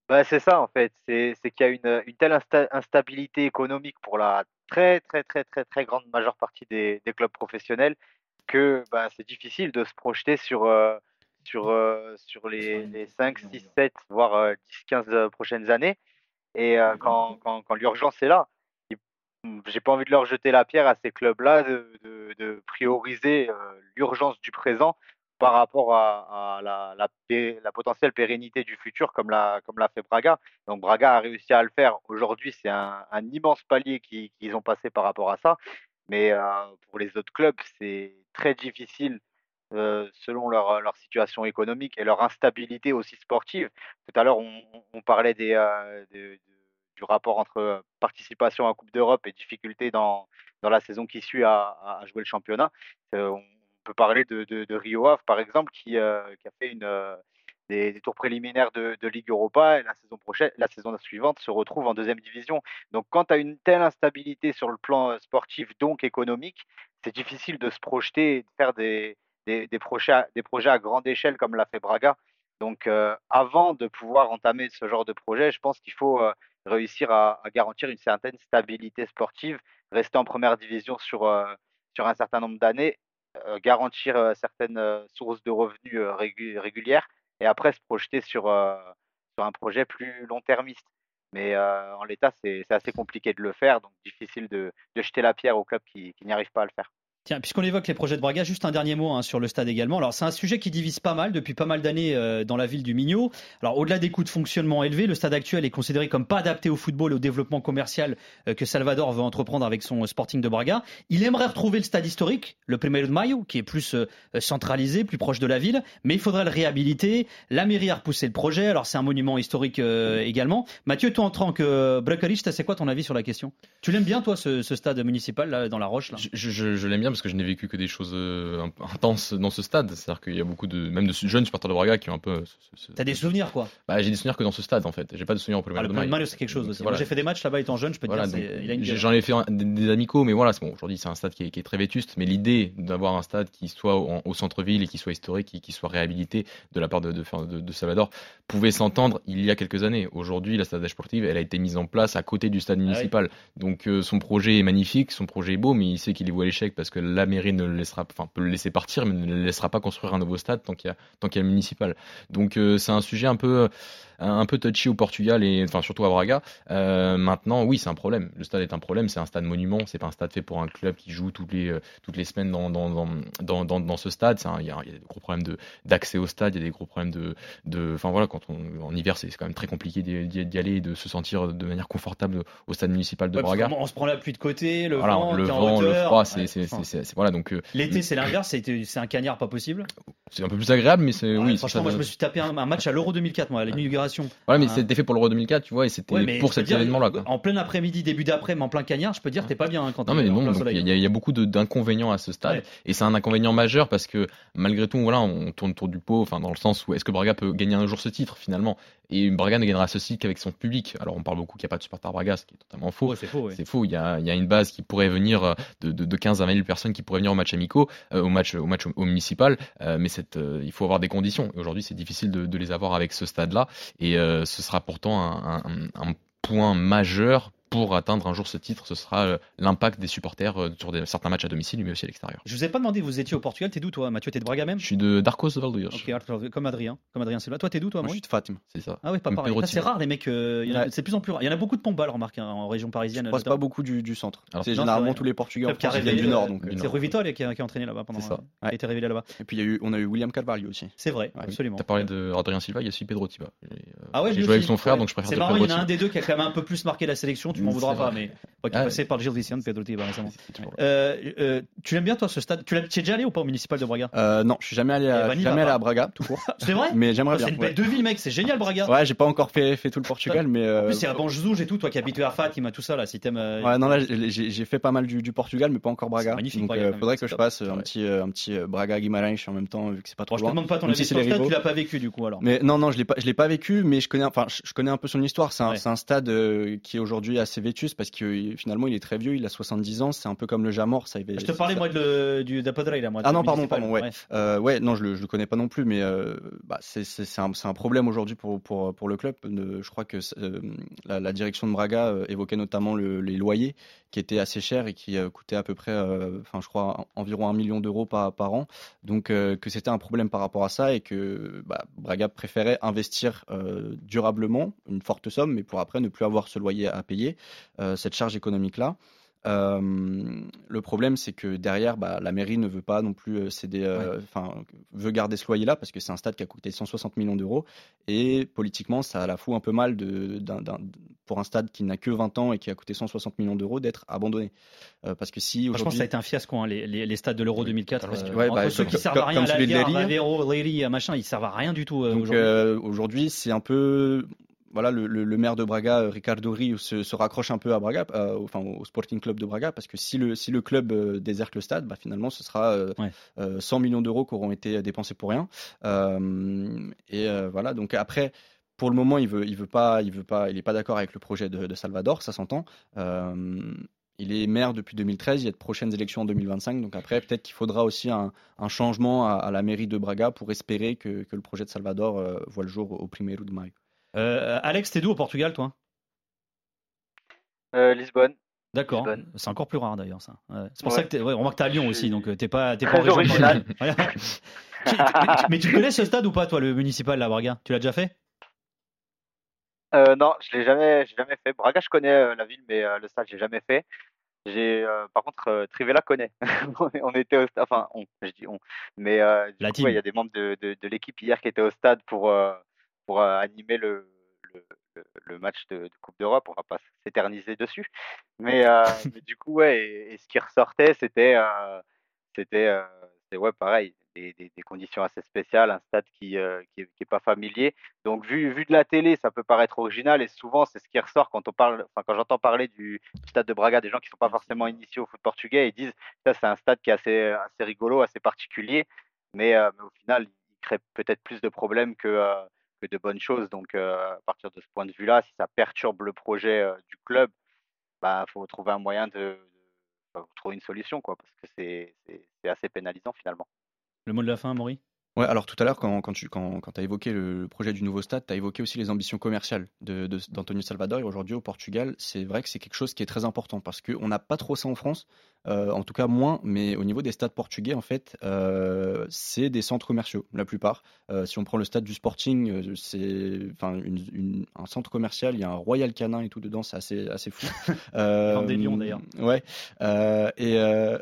Bah, c'est ça en fait, c'est c'est qu'il y a une, une telle insta- instabilité économique pour la très très très très très grande majeure partie des, des clubs professionnels que bah, c'est difficile de se projeter sur, euh, sur, euh, sur les, les cinq, six, sept, voire euh, dix, quinze euh, prochaines années. Et euh, quand, quand, quand l'urgence est là, il- j'ai pas envie de leur jeter la pierre à ces clubs-là de, de, de prioriser euh, l'urgence du présent par rapport à, à la, la, pé- la potentielle pérennité du futur, comme l'a comme l'a fait Braga. Donc Braga a réussi à le faire. Aujourd'hui, c'est un, un immense palier qu'ils qu'ils ont passé par rapport à ça. Mais euh, pour les autres clubs, c'est très difficile euh, selon leur, leur situation économique et leur instabilité aussi sportive. Tout à l'heure, on, on- on parlait des, euh, de- de- du rapport entre euh, participation à Coupe d'Europe et difficulté dans, dans la saison qui suit à, à- à jouer le championnat. Euh, on peut parler de, de, de Rio Ave, par exemple, qui, euh, qui a fait une, euh, des, des tours préliminaires de, de Ligue Europa et la saison prochaine, la saison suivante se retrouve en deuxième division. Donc, quand tu as une telle instabilité sur le plan euh, sportif, donc économique, c'est difficile de se projeter et de faire des, des, des projets, à, des projets à grande échelle comme l'a fait Braga. Donc, euh, avant de pouvoir entamer ce genre de projet, je pense qu'il faut euh, réussir à, à garantir une certaine stabilité sportive, rester en première division sur, euh, sur un certain nombre d'années, euh, garantir euh, certaines euh, sources de revenus euh, régu- régulières et après se projeter sur, euh, sur un projet plus long-termiste. Mais euh, en l'état, c'est c'est assez compliqué de le faire, donc difficile de, de jeter la pierre aux clubs qui, qui n'y arrivent pas à le faire. Tiens, puisqu'on évoque les projets de Braga, juste un dernier mot hein, sur le stade également. Alors, c'est un sujet qui divise pas mal depuis pas mal d'années euh, dans la ville du Minho. Alors, au-delà des coûts de fonctionnement élevés, le stade actuel est considéré comme pas adapté au football et au développement commercial euh, que Salvador veut entreprendre avec son Sporting de Braga. Il aimerait retrouver le stade historique, le Primeiro de Maio, qui est plus euh, centralisé, plus proche de la ville, mais il faudrait le réhabiliter. La mairie a repoussé le projet. Alors, c'est un monument historique euh, également. Mathieu, toi, en tant que bracariste, c'est quoi ton avis sur la question? Tu l'aimes bien, toi, ce, ce stade municipal là, dans la Roche là? Je, je, je l'aime bien parce que je n'ai vécu que des choses euh, intenses dans ce stade. C'est-à-dire qu'il y a beaucoup de, même de jeunes supporters de Braga qui ont un peu. Ce, ce... T'as des souvenirs quoi? Bah, j'ai des souvenirs que dans ce stade en fait. J'ai pas de souvenirs au Primeiro ah, de Maio. Maio. Maio c'est quelque chose aussi. Voilà. Moi j'ai fait des matchs là-bas étant jeune, je peux te voilà, dire. donc, C'est... Il a une j'en ai fait un, des, des amicaux, mais voilà, c'est bon, aujourd'hui c'est un stade qui est, qui est très vétuste. Mais l'idée d'avoir un stade qui soit au, au centre-ville et qui soit historique, qui, qui soit réhabilité de la part de, de, de, de Salvador, pouvait s'entendre il y a quelques années. Aujourd'hui, la Stade Sportive, elle a été mise en place à côté du stade municipal. Ah oui. Donc euh, son projet est magnifique, son projet est beau, mais il sait qu'il est voué à l'échec parce que la mairie ne le laissera, enfin peut le laisser partir, mais ne le laissera pas construire un nouveau stade tant qu'il y a, tant qu'il y a le municipal. Donc euh, c'est un sujet un peu, un peu touchy au Portugal et enfin surtout à Braga. Euh, maintenant, oui, c'est un problème. Le stade est un problème. C'est un stade monument. C'est pas un stade fait pour un club qui joue toutes les, toutes les semaines dans, dans, dans, dans, dans, dans ce stade. C'est un, il y a, il y a des gros problèmes de, d'accès au stade. Il y a des gros problèmes de, de, enfin voilà, quand on, en hiver, c'est quand même très compliqué d'y, d'y aller et de se sentir de manière confortable au stade municipal de ouais, Braga. On se prend la pluie de côté, le voilà, vent, le, t'es vent en hauteur. le froid, c'est, ouais, c'est, enfin. c'est, c'est, c'est, voilà, donc, euh, l'été, c'est l'inverse. C'est, c'est un cagnard pas possible. C'est un peu plus agréable, mais c'est, ouais, oui. Franchement, ça, moi, ça, je me suis tapé un, un match à l'Euro deux mille quatre, moi, à l'inauguration. Ouais, mais hein. C'était fait pour l'Euro deux mille quatre, tu vois, et c'était ouais, pour cet dire, événement-là. Quoi. En plein après-midi, début d'après, mais en plein cagnard, je peux dire, t'es pas bien hein, quand non, mais non, il y, y a beaucoup de, d'inconvénients à ce stade, ouais. Et c'est un inconvénient majeur parce que malgré tout, voilà, on tourne autour du pot, enfin dans le sens où est-ce que Braga peut gagner un jour ce titre finalement? Et Braga ne gagnera ce titre qu'avec son public. Alors on parle beaucoup qu'il n'y a pas de supporters Braga, ce qui est totalement faux. Ouais, c'est faux. Ouais. C'est faux. Il y a, il y a une base qui pourrait venir de, de, de quinze à vingt mille personnes qui pourraient venir au match amicaux, euh, au match, au match au, au municipal. Euh, mais cette, euh, il faut avoir des conditions. Et aujourd'hui, c'est difficile de, de les avoir avec ce stade-là. Et euh, ce sera pourtant un, un, un point majeur. Pour atteindre un jour ce titre, ce sera euh, l'impact des supporters euh, sur des, certains matchs à domicile, mais aussi à l'extérieur. Je vous ai pas demandé, vous étiez au Portugal, t'es d'où toi, Mathieu? T'es de Braga même? Je suis de Darcos de Valdoios. Ok, comme Adrien, comme Adrien Silva. Toi, t'es d'où toi? Moi, je suis de Fatim. C'est ça. Ah oui, pas Comme pareil. Ça, c'est rare les mecs. Euh, y en a, ouais. C'est plus en plus rare. Il y en a beaucoup de Pombal, remarque, hein, en région parisienne. Je passe pas beaucoup du, du centre. Alors, c'est non, généralement c'est tous les Portugais en France viennent du Nord. Donc, c'est Rui Vitória qui, qui a entraîné là-bas pendant. C'est ça. Qui a été révélé là-bas. Et puis il y a eu, on a eu William Carvalho aussi. C'est vrai, absolument. T'as parlé de Adrien Silva, il y a aussi Pedro Tiba. Ah ouais. J'ai joué avec son frère, donc je préfère. C'est marrant, il y en a un des deux qui a quand même un peu plus marqué la sélection. Tu m'en voudras pas, mais qui est passé par le Gil Vicente, Pedro Tiba récemment. Euh, euh, tu l'aimes bien toi ce stade? Tu es déjà allé ou pas au municipal de Braga? euh, Non, je suis jamais allé à, jamais allé à Braga tout court. C'est vrai? Mais j'aimerais bien. C'est une bête de ville mec, c'est génial Braga. Ouais, j'ai pas encore fait, fait tout le Portugal, mais. En plus c'est à Banjouge et tout, toi qui es habitué à Fatima, tout ça là, si t'aimes. Euh... Ouais, non là j'ai, j'ai fait pas mal du, du Portugal, mais pas encore Braga. C'est magnifique. Donc Braga, euh, faudrait que je fasse ouais. un petit, un petit Braga Guimarães en même temps, vu que c'est pas trop loin. Je te demande pas ton avis sur le stade, tu l'as pas vécu du coup alors. Mais non non, je l'ai pas, je l'ai pas vécu, mais je connais, enfin je connais un peu son histoire. C'est un, ouais. c'est un stade euh, qui est aujourd'hui assez assez vétuste parce que finalement il est très vieux, il a soixante-dix ans, c'est un peu comme le Jamor. Ça, je te parlais moi de, du d'Apodreira, moi. Ah non, pardon, pardon, ouais. Euh, ouais, non, je le, je le connais pas non plus, mais euh, bah, c'est, c'est, c'est, un, c'est un problème aujourd'hui pour, pour, pour le club. Je crois que euh, la, la direction de Braga euh, évoquait notamment le, les loyers qui étaient assez chers et qui euh, coûtaient à peu près, enfin, euh, je crois, environ un million d'euros par, par an. Donc, euh, que c'était un problème par rapport à ça et que bah, Braga préférait investir euh, durablement une forte somme, mais pour après ne plus avoir ce loyer à payer, euh, cette charge économique-là. Euh, le problème, c'est que derrière, bah, la mairie ne veut pas non plus céder, enfin, euh, ouais. veut garder ce loyer-là parce que c'est un stade qui a coûté cent soixante millions d'euros et politiquement, ça la fout un peu mal de, d'un, d'un, pour un stade qui n'a que vingt ans et qui a coûté cent soixante millions d'euros d'être abordonné. Euh, parce que si aujourd'hui, franchement, ça a été un fiasco, hein, les, les, les stades de l'Euro deux mille quatre. Parce que, ouais, entre bah, ceux qui servent à rien, Aveiro, Leiria, machin, ils servent à rien du tout. Euh, Donc, aujourd'hui. Euh, aujourd'hui, c'est un peu. Voilà, le, le, le maire de Braga, Ricardo Rio, se, se raccroche un peu à Braga, euh, enfin au Sporting Club de Braga, parce que si le, si le club euh, déserte le stade, bah, finalement, ce sera euh, ouais. euh, cent millions d'euros qui auront été dépensés pour rien. Euh, et euh, voilà, donc après, pour le moment, il veut, il veut pas, il veut pas, il est pas d'accord avec le projet de, de Salvador, ça s'entend. Euh, il est maire depuis deux mille treize, il y a de prochaines élections en deux mille vingt-cinq, donc après, peut-être qu'il faudra aussi un, un changement à, à la mairie de Braga pour espérer que, que le projet de Salvador euh, voit le jour au Primeiro de Maio. Euh, Alex, t'es d'où au Portugal, toi? euh, Lisbonne. D'accord, Lisbonne. C'est encore plus rare d'ailleurs ça. Ouais. C'est pour ouais. ça que t'es... Ouais, on voit que t'es à Lyon aussi, donc t'es pas, t'es pas en région original. Voilà. mais, mais tu connais ce stade ou pas, toi, le municipal, la Braga? Tu l'as déjà fait? euh, Non, je l'ai jamais, j'ai jamais fait. Braga, je connais euh, la ville, mais euh, le stade, j'ai jamais fait. J'ai, euh, par contre, euh, Trivela connaît. on était au stade, enfin, on, je dis on, mais euh, du coup, il ouais, y a des membres de, de, de l'équipe hier qui étaient au stade pour euh, pour euh, animer le, le, le, le match de, de Coupe d'Europe. On va pas s'éterniser dessus, mais, euh, mais du coup, ouais, et, et ce qui ressortait, c'était euh, c'était euh, c'est ouais, pareil, des, des, des conditions assez spéciales, un stade qui euh, qui, est, qui est pas familier. Donc vu vu de la télé, ça peut paraître original et souvent c'est ce qui ressort quand on parle, enfin quand j'entends parler du, du stade de Braga, des gens qui sont pas forcément initiés au foot portugais, ils disent ça c'est un stade qui est assez assez rigolo, assez particulier, mais, euh, mais au final il crée peut-être plus de problèmes que euh, que de bonnes choses. Donc euh, à partir de ce point de vue-là, si ça perturbe le projet euh, du club, bah faut trouver un moyen de, de enfin, trouver une solution quoi, parce que c'est c'est, c'est assez pénalisant finalement. Le mot de la fin, Maury? Ouais, alors tout à l'heure, quand, quand tu quand, quand as évoqué le projet du nouveau stade, tu as évoqué aussi les ambitions commerciales de, de, d'António Salvador. Et aujourd'hui, au Portugal, c'est vrai que c'est quelque chose qui est très important parce qu'on n'a pas trop ça en France, euh, en tout cas moins, mais au niveau des stades portugais, en fait, euh, c'est des centres commerciaux, la plupart. Euh, si on prend le stade du Sporting, c'est enfin, une, une, un centre commercial, il y a un Royal Canin et tout dedans, c'est assez, assez fou. euh, des lions d'ailleurs. Ouais. Euh, et. Euh...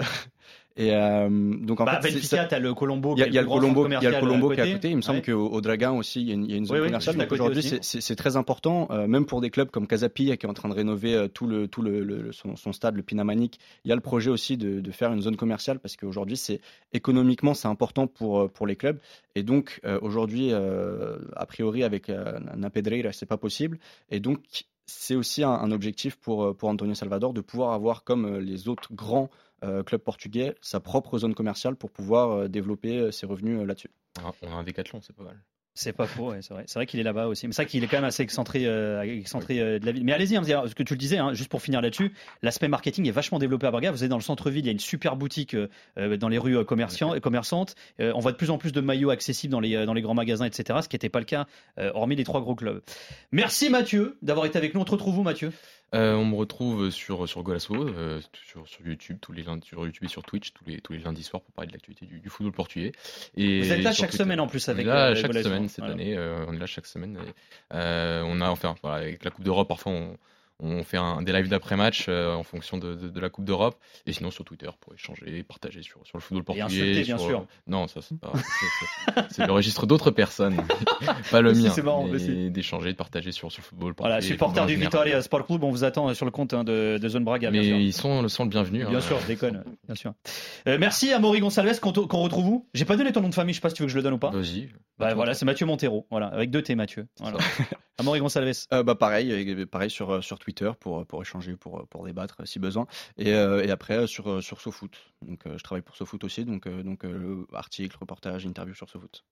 Et euh, donc en bah, fait, Benfica, t'as le Colombo, il y a, y a le Colombo, il y a le Colombo qui est à côté. Il me semble ouais. qu'au au Dragon aussi, il y a une, il y a une zone oui, commerciale. Oui, donc aujourd'hui, c'est, c'est, c'est très important, euh, même pour des clubs comme Casapia qui est en train de rénover euh, tout le tout le, le son, son stade, le Pinamanique. Il y a le projet aussi de, de faire une zone commerciale parce qu'aujourd'hui, c'est économiquement, c'est important pour pour les clubs. Et donc euh, aujourd'hui, euh, a priori, avec euh, Napedreira, c'est pas possible. Et donc c'est aussi un, un objectif pour pour António Salvador de pouvoir avoir comme les autres grands Euh, club portugais, sa propre zone commerciale pour pouvoir euh, développer euh, ses revenus euh, là-dessus. On a un Décathlon, c'est pas mal. C'est pas faux, ouais, c'est vrai. C'est vrai qu'il est là-bas aussi. Mais c'est vrai qu'il est quand même assez excentré, euh, excentré euh, de la ville. Mais allez-y, hein, ce que tu le disais, hein, juste pour finir là-dessus, l'aspect marketing est vachement développé à Braga. Vous êtes dans le centre-ville, il y a une super boutique euh, dans les rues euh, commerçantes. Euh, on voit de plus en plus de maillots accessibles dans les, euh, dans les grands magasins, et cetera. Ce qui n'était pas le cas, euh, hormis les trois gros clubs. Merci Mathieu d'avoir été avec nous. On te retrouve où, Mathieu? Euh, on me retrouve sur, sur Golasso, euh, sur, sur YouTube, tous les lundis, sur YouTube et sur Twitch, tous les, tous les lundis soirs pour parler de l'actualité du, du football portugais. Et vous êtes là chaque Twitter. Semaine en plus avec on est là euh, chaque Golasso. semaine cette voilà. année, euh, on est là chaque semaine. Et, euh, on a, enfin, voilà, avec la Coupe d'Europe, parfois on, on fait un, des lives d'après-match euh, en fonction de, de, de la Coupe d'Europe. Et sinon sur Twitter pour échanger, partager sur, sur le football portugais. Et insulter, bien sur, sûr. Non, ça c'est pas. c'est, c'est, c'est le registre d'autres personnes, pas le mien. C'est marrant, mais d'échanger, de partager sur, sur le football portugais. Voilà, supporters du Vitória Sport Club, on vous attend sur le compte hein, de, de Zone Braga. Mais bien sûr. ils sont, sont le bienvenu. Bien hein. sûr, je déconne, bien sûr. Euh, merci à Maury Gonçalves qu'on, qu'on retrouve où? J'ai pas donné ton nom de famille, je sais pas si tu veux que je le donne ou pas. Vas-y. Bah voilà, c'est Mathieu Montero, voilà, avec deux T Mathieu. Voilà. À Maury Gonçalves. Euh, bah pareil, pareil sur sur Twitter pour pour échanger, pour pour débattre si besoin. Et, euh, et après sur sur SoFoot. Donc euh, je travaille pour SoFoot aussi, donc euh, donc euh, article, reportage, interview sur SoFoot.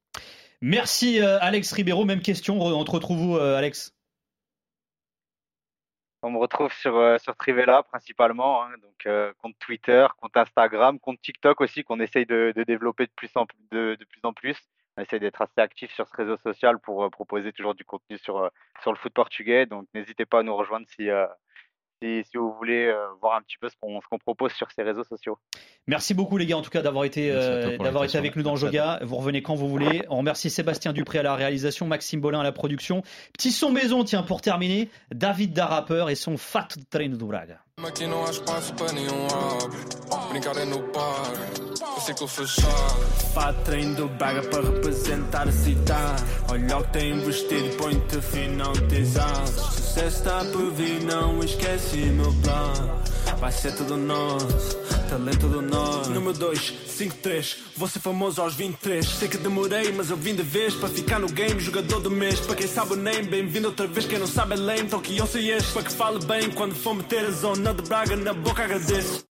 Merci euh, Alex Ribeiro. Même question, on te retrouve où, euh, Alex? On me retrouve sur, euh, sur Trivela principalement, hein, donc euh, compte Twitter, compte Instagram, compte TikTok aussi qu'on essaye de, de développer de plus, en, de, de plus en plus. On essaye d'être assez actif sur ce réseau social pour euh, proposer toujours du contenu sur, euh, sur le foot portugais. Donc n'hésitez pas à nous rejoindre si, euh, si, si vous voulez euh, voir un petit peu ce qu'on, ce qu'on propose sur ces réseaux sociaux. Merci beaucoup les gars en tout cas d'avoir été, euh, d'avoir été avec nous dans Joga. Vous revenez quand vous voulez. On remercie Sébastien Dupré à la réalisation, Maxime Bolin à la production. Petit son maison, tiens, pour terminer, David da Rapper et son Fat Treino do Braga. Aqui não há espaço para nenhum hábito. Brincar é no par, o ciclo fechado. Fat Treino do Braga para representar a cidade. Olha o que tem investido e põe-te fim, não tens asas. Sucesso está por vir, não esquece meu plano. Vai ser tudo nosso, talento do nós. Número dois, cinco três, vou ser famoso aos vinte e três. Sei que demorei, mas eu vim de vez para ficar no game, jogador do mês. Para quem sabe o name, bem-vindo outra vez. Quem não sabe é lame, então que eu sei este. Para que fale bem, quando for meter a zona de Braga na boca agradeço.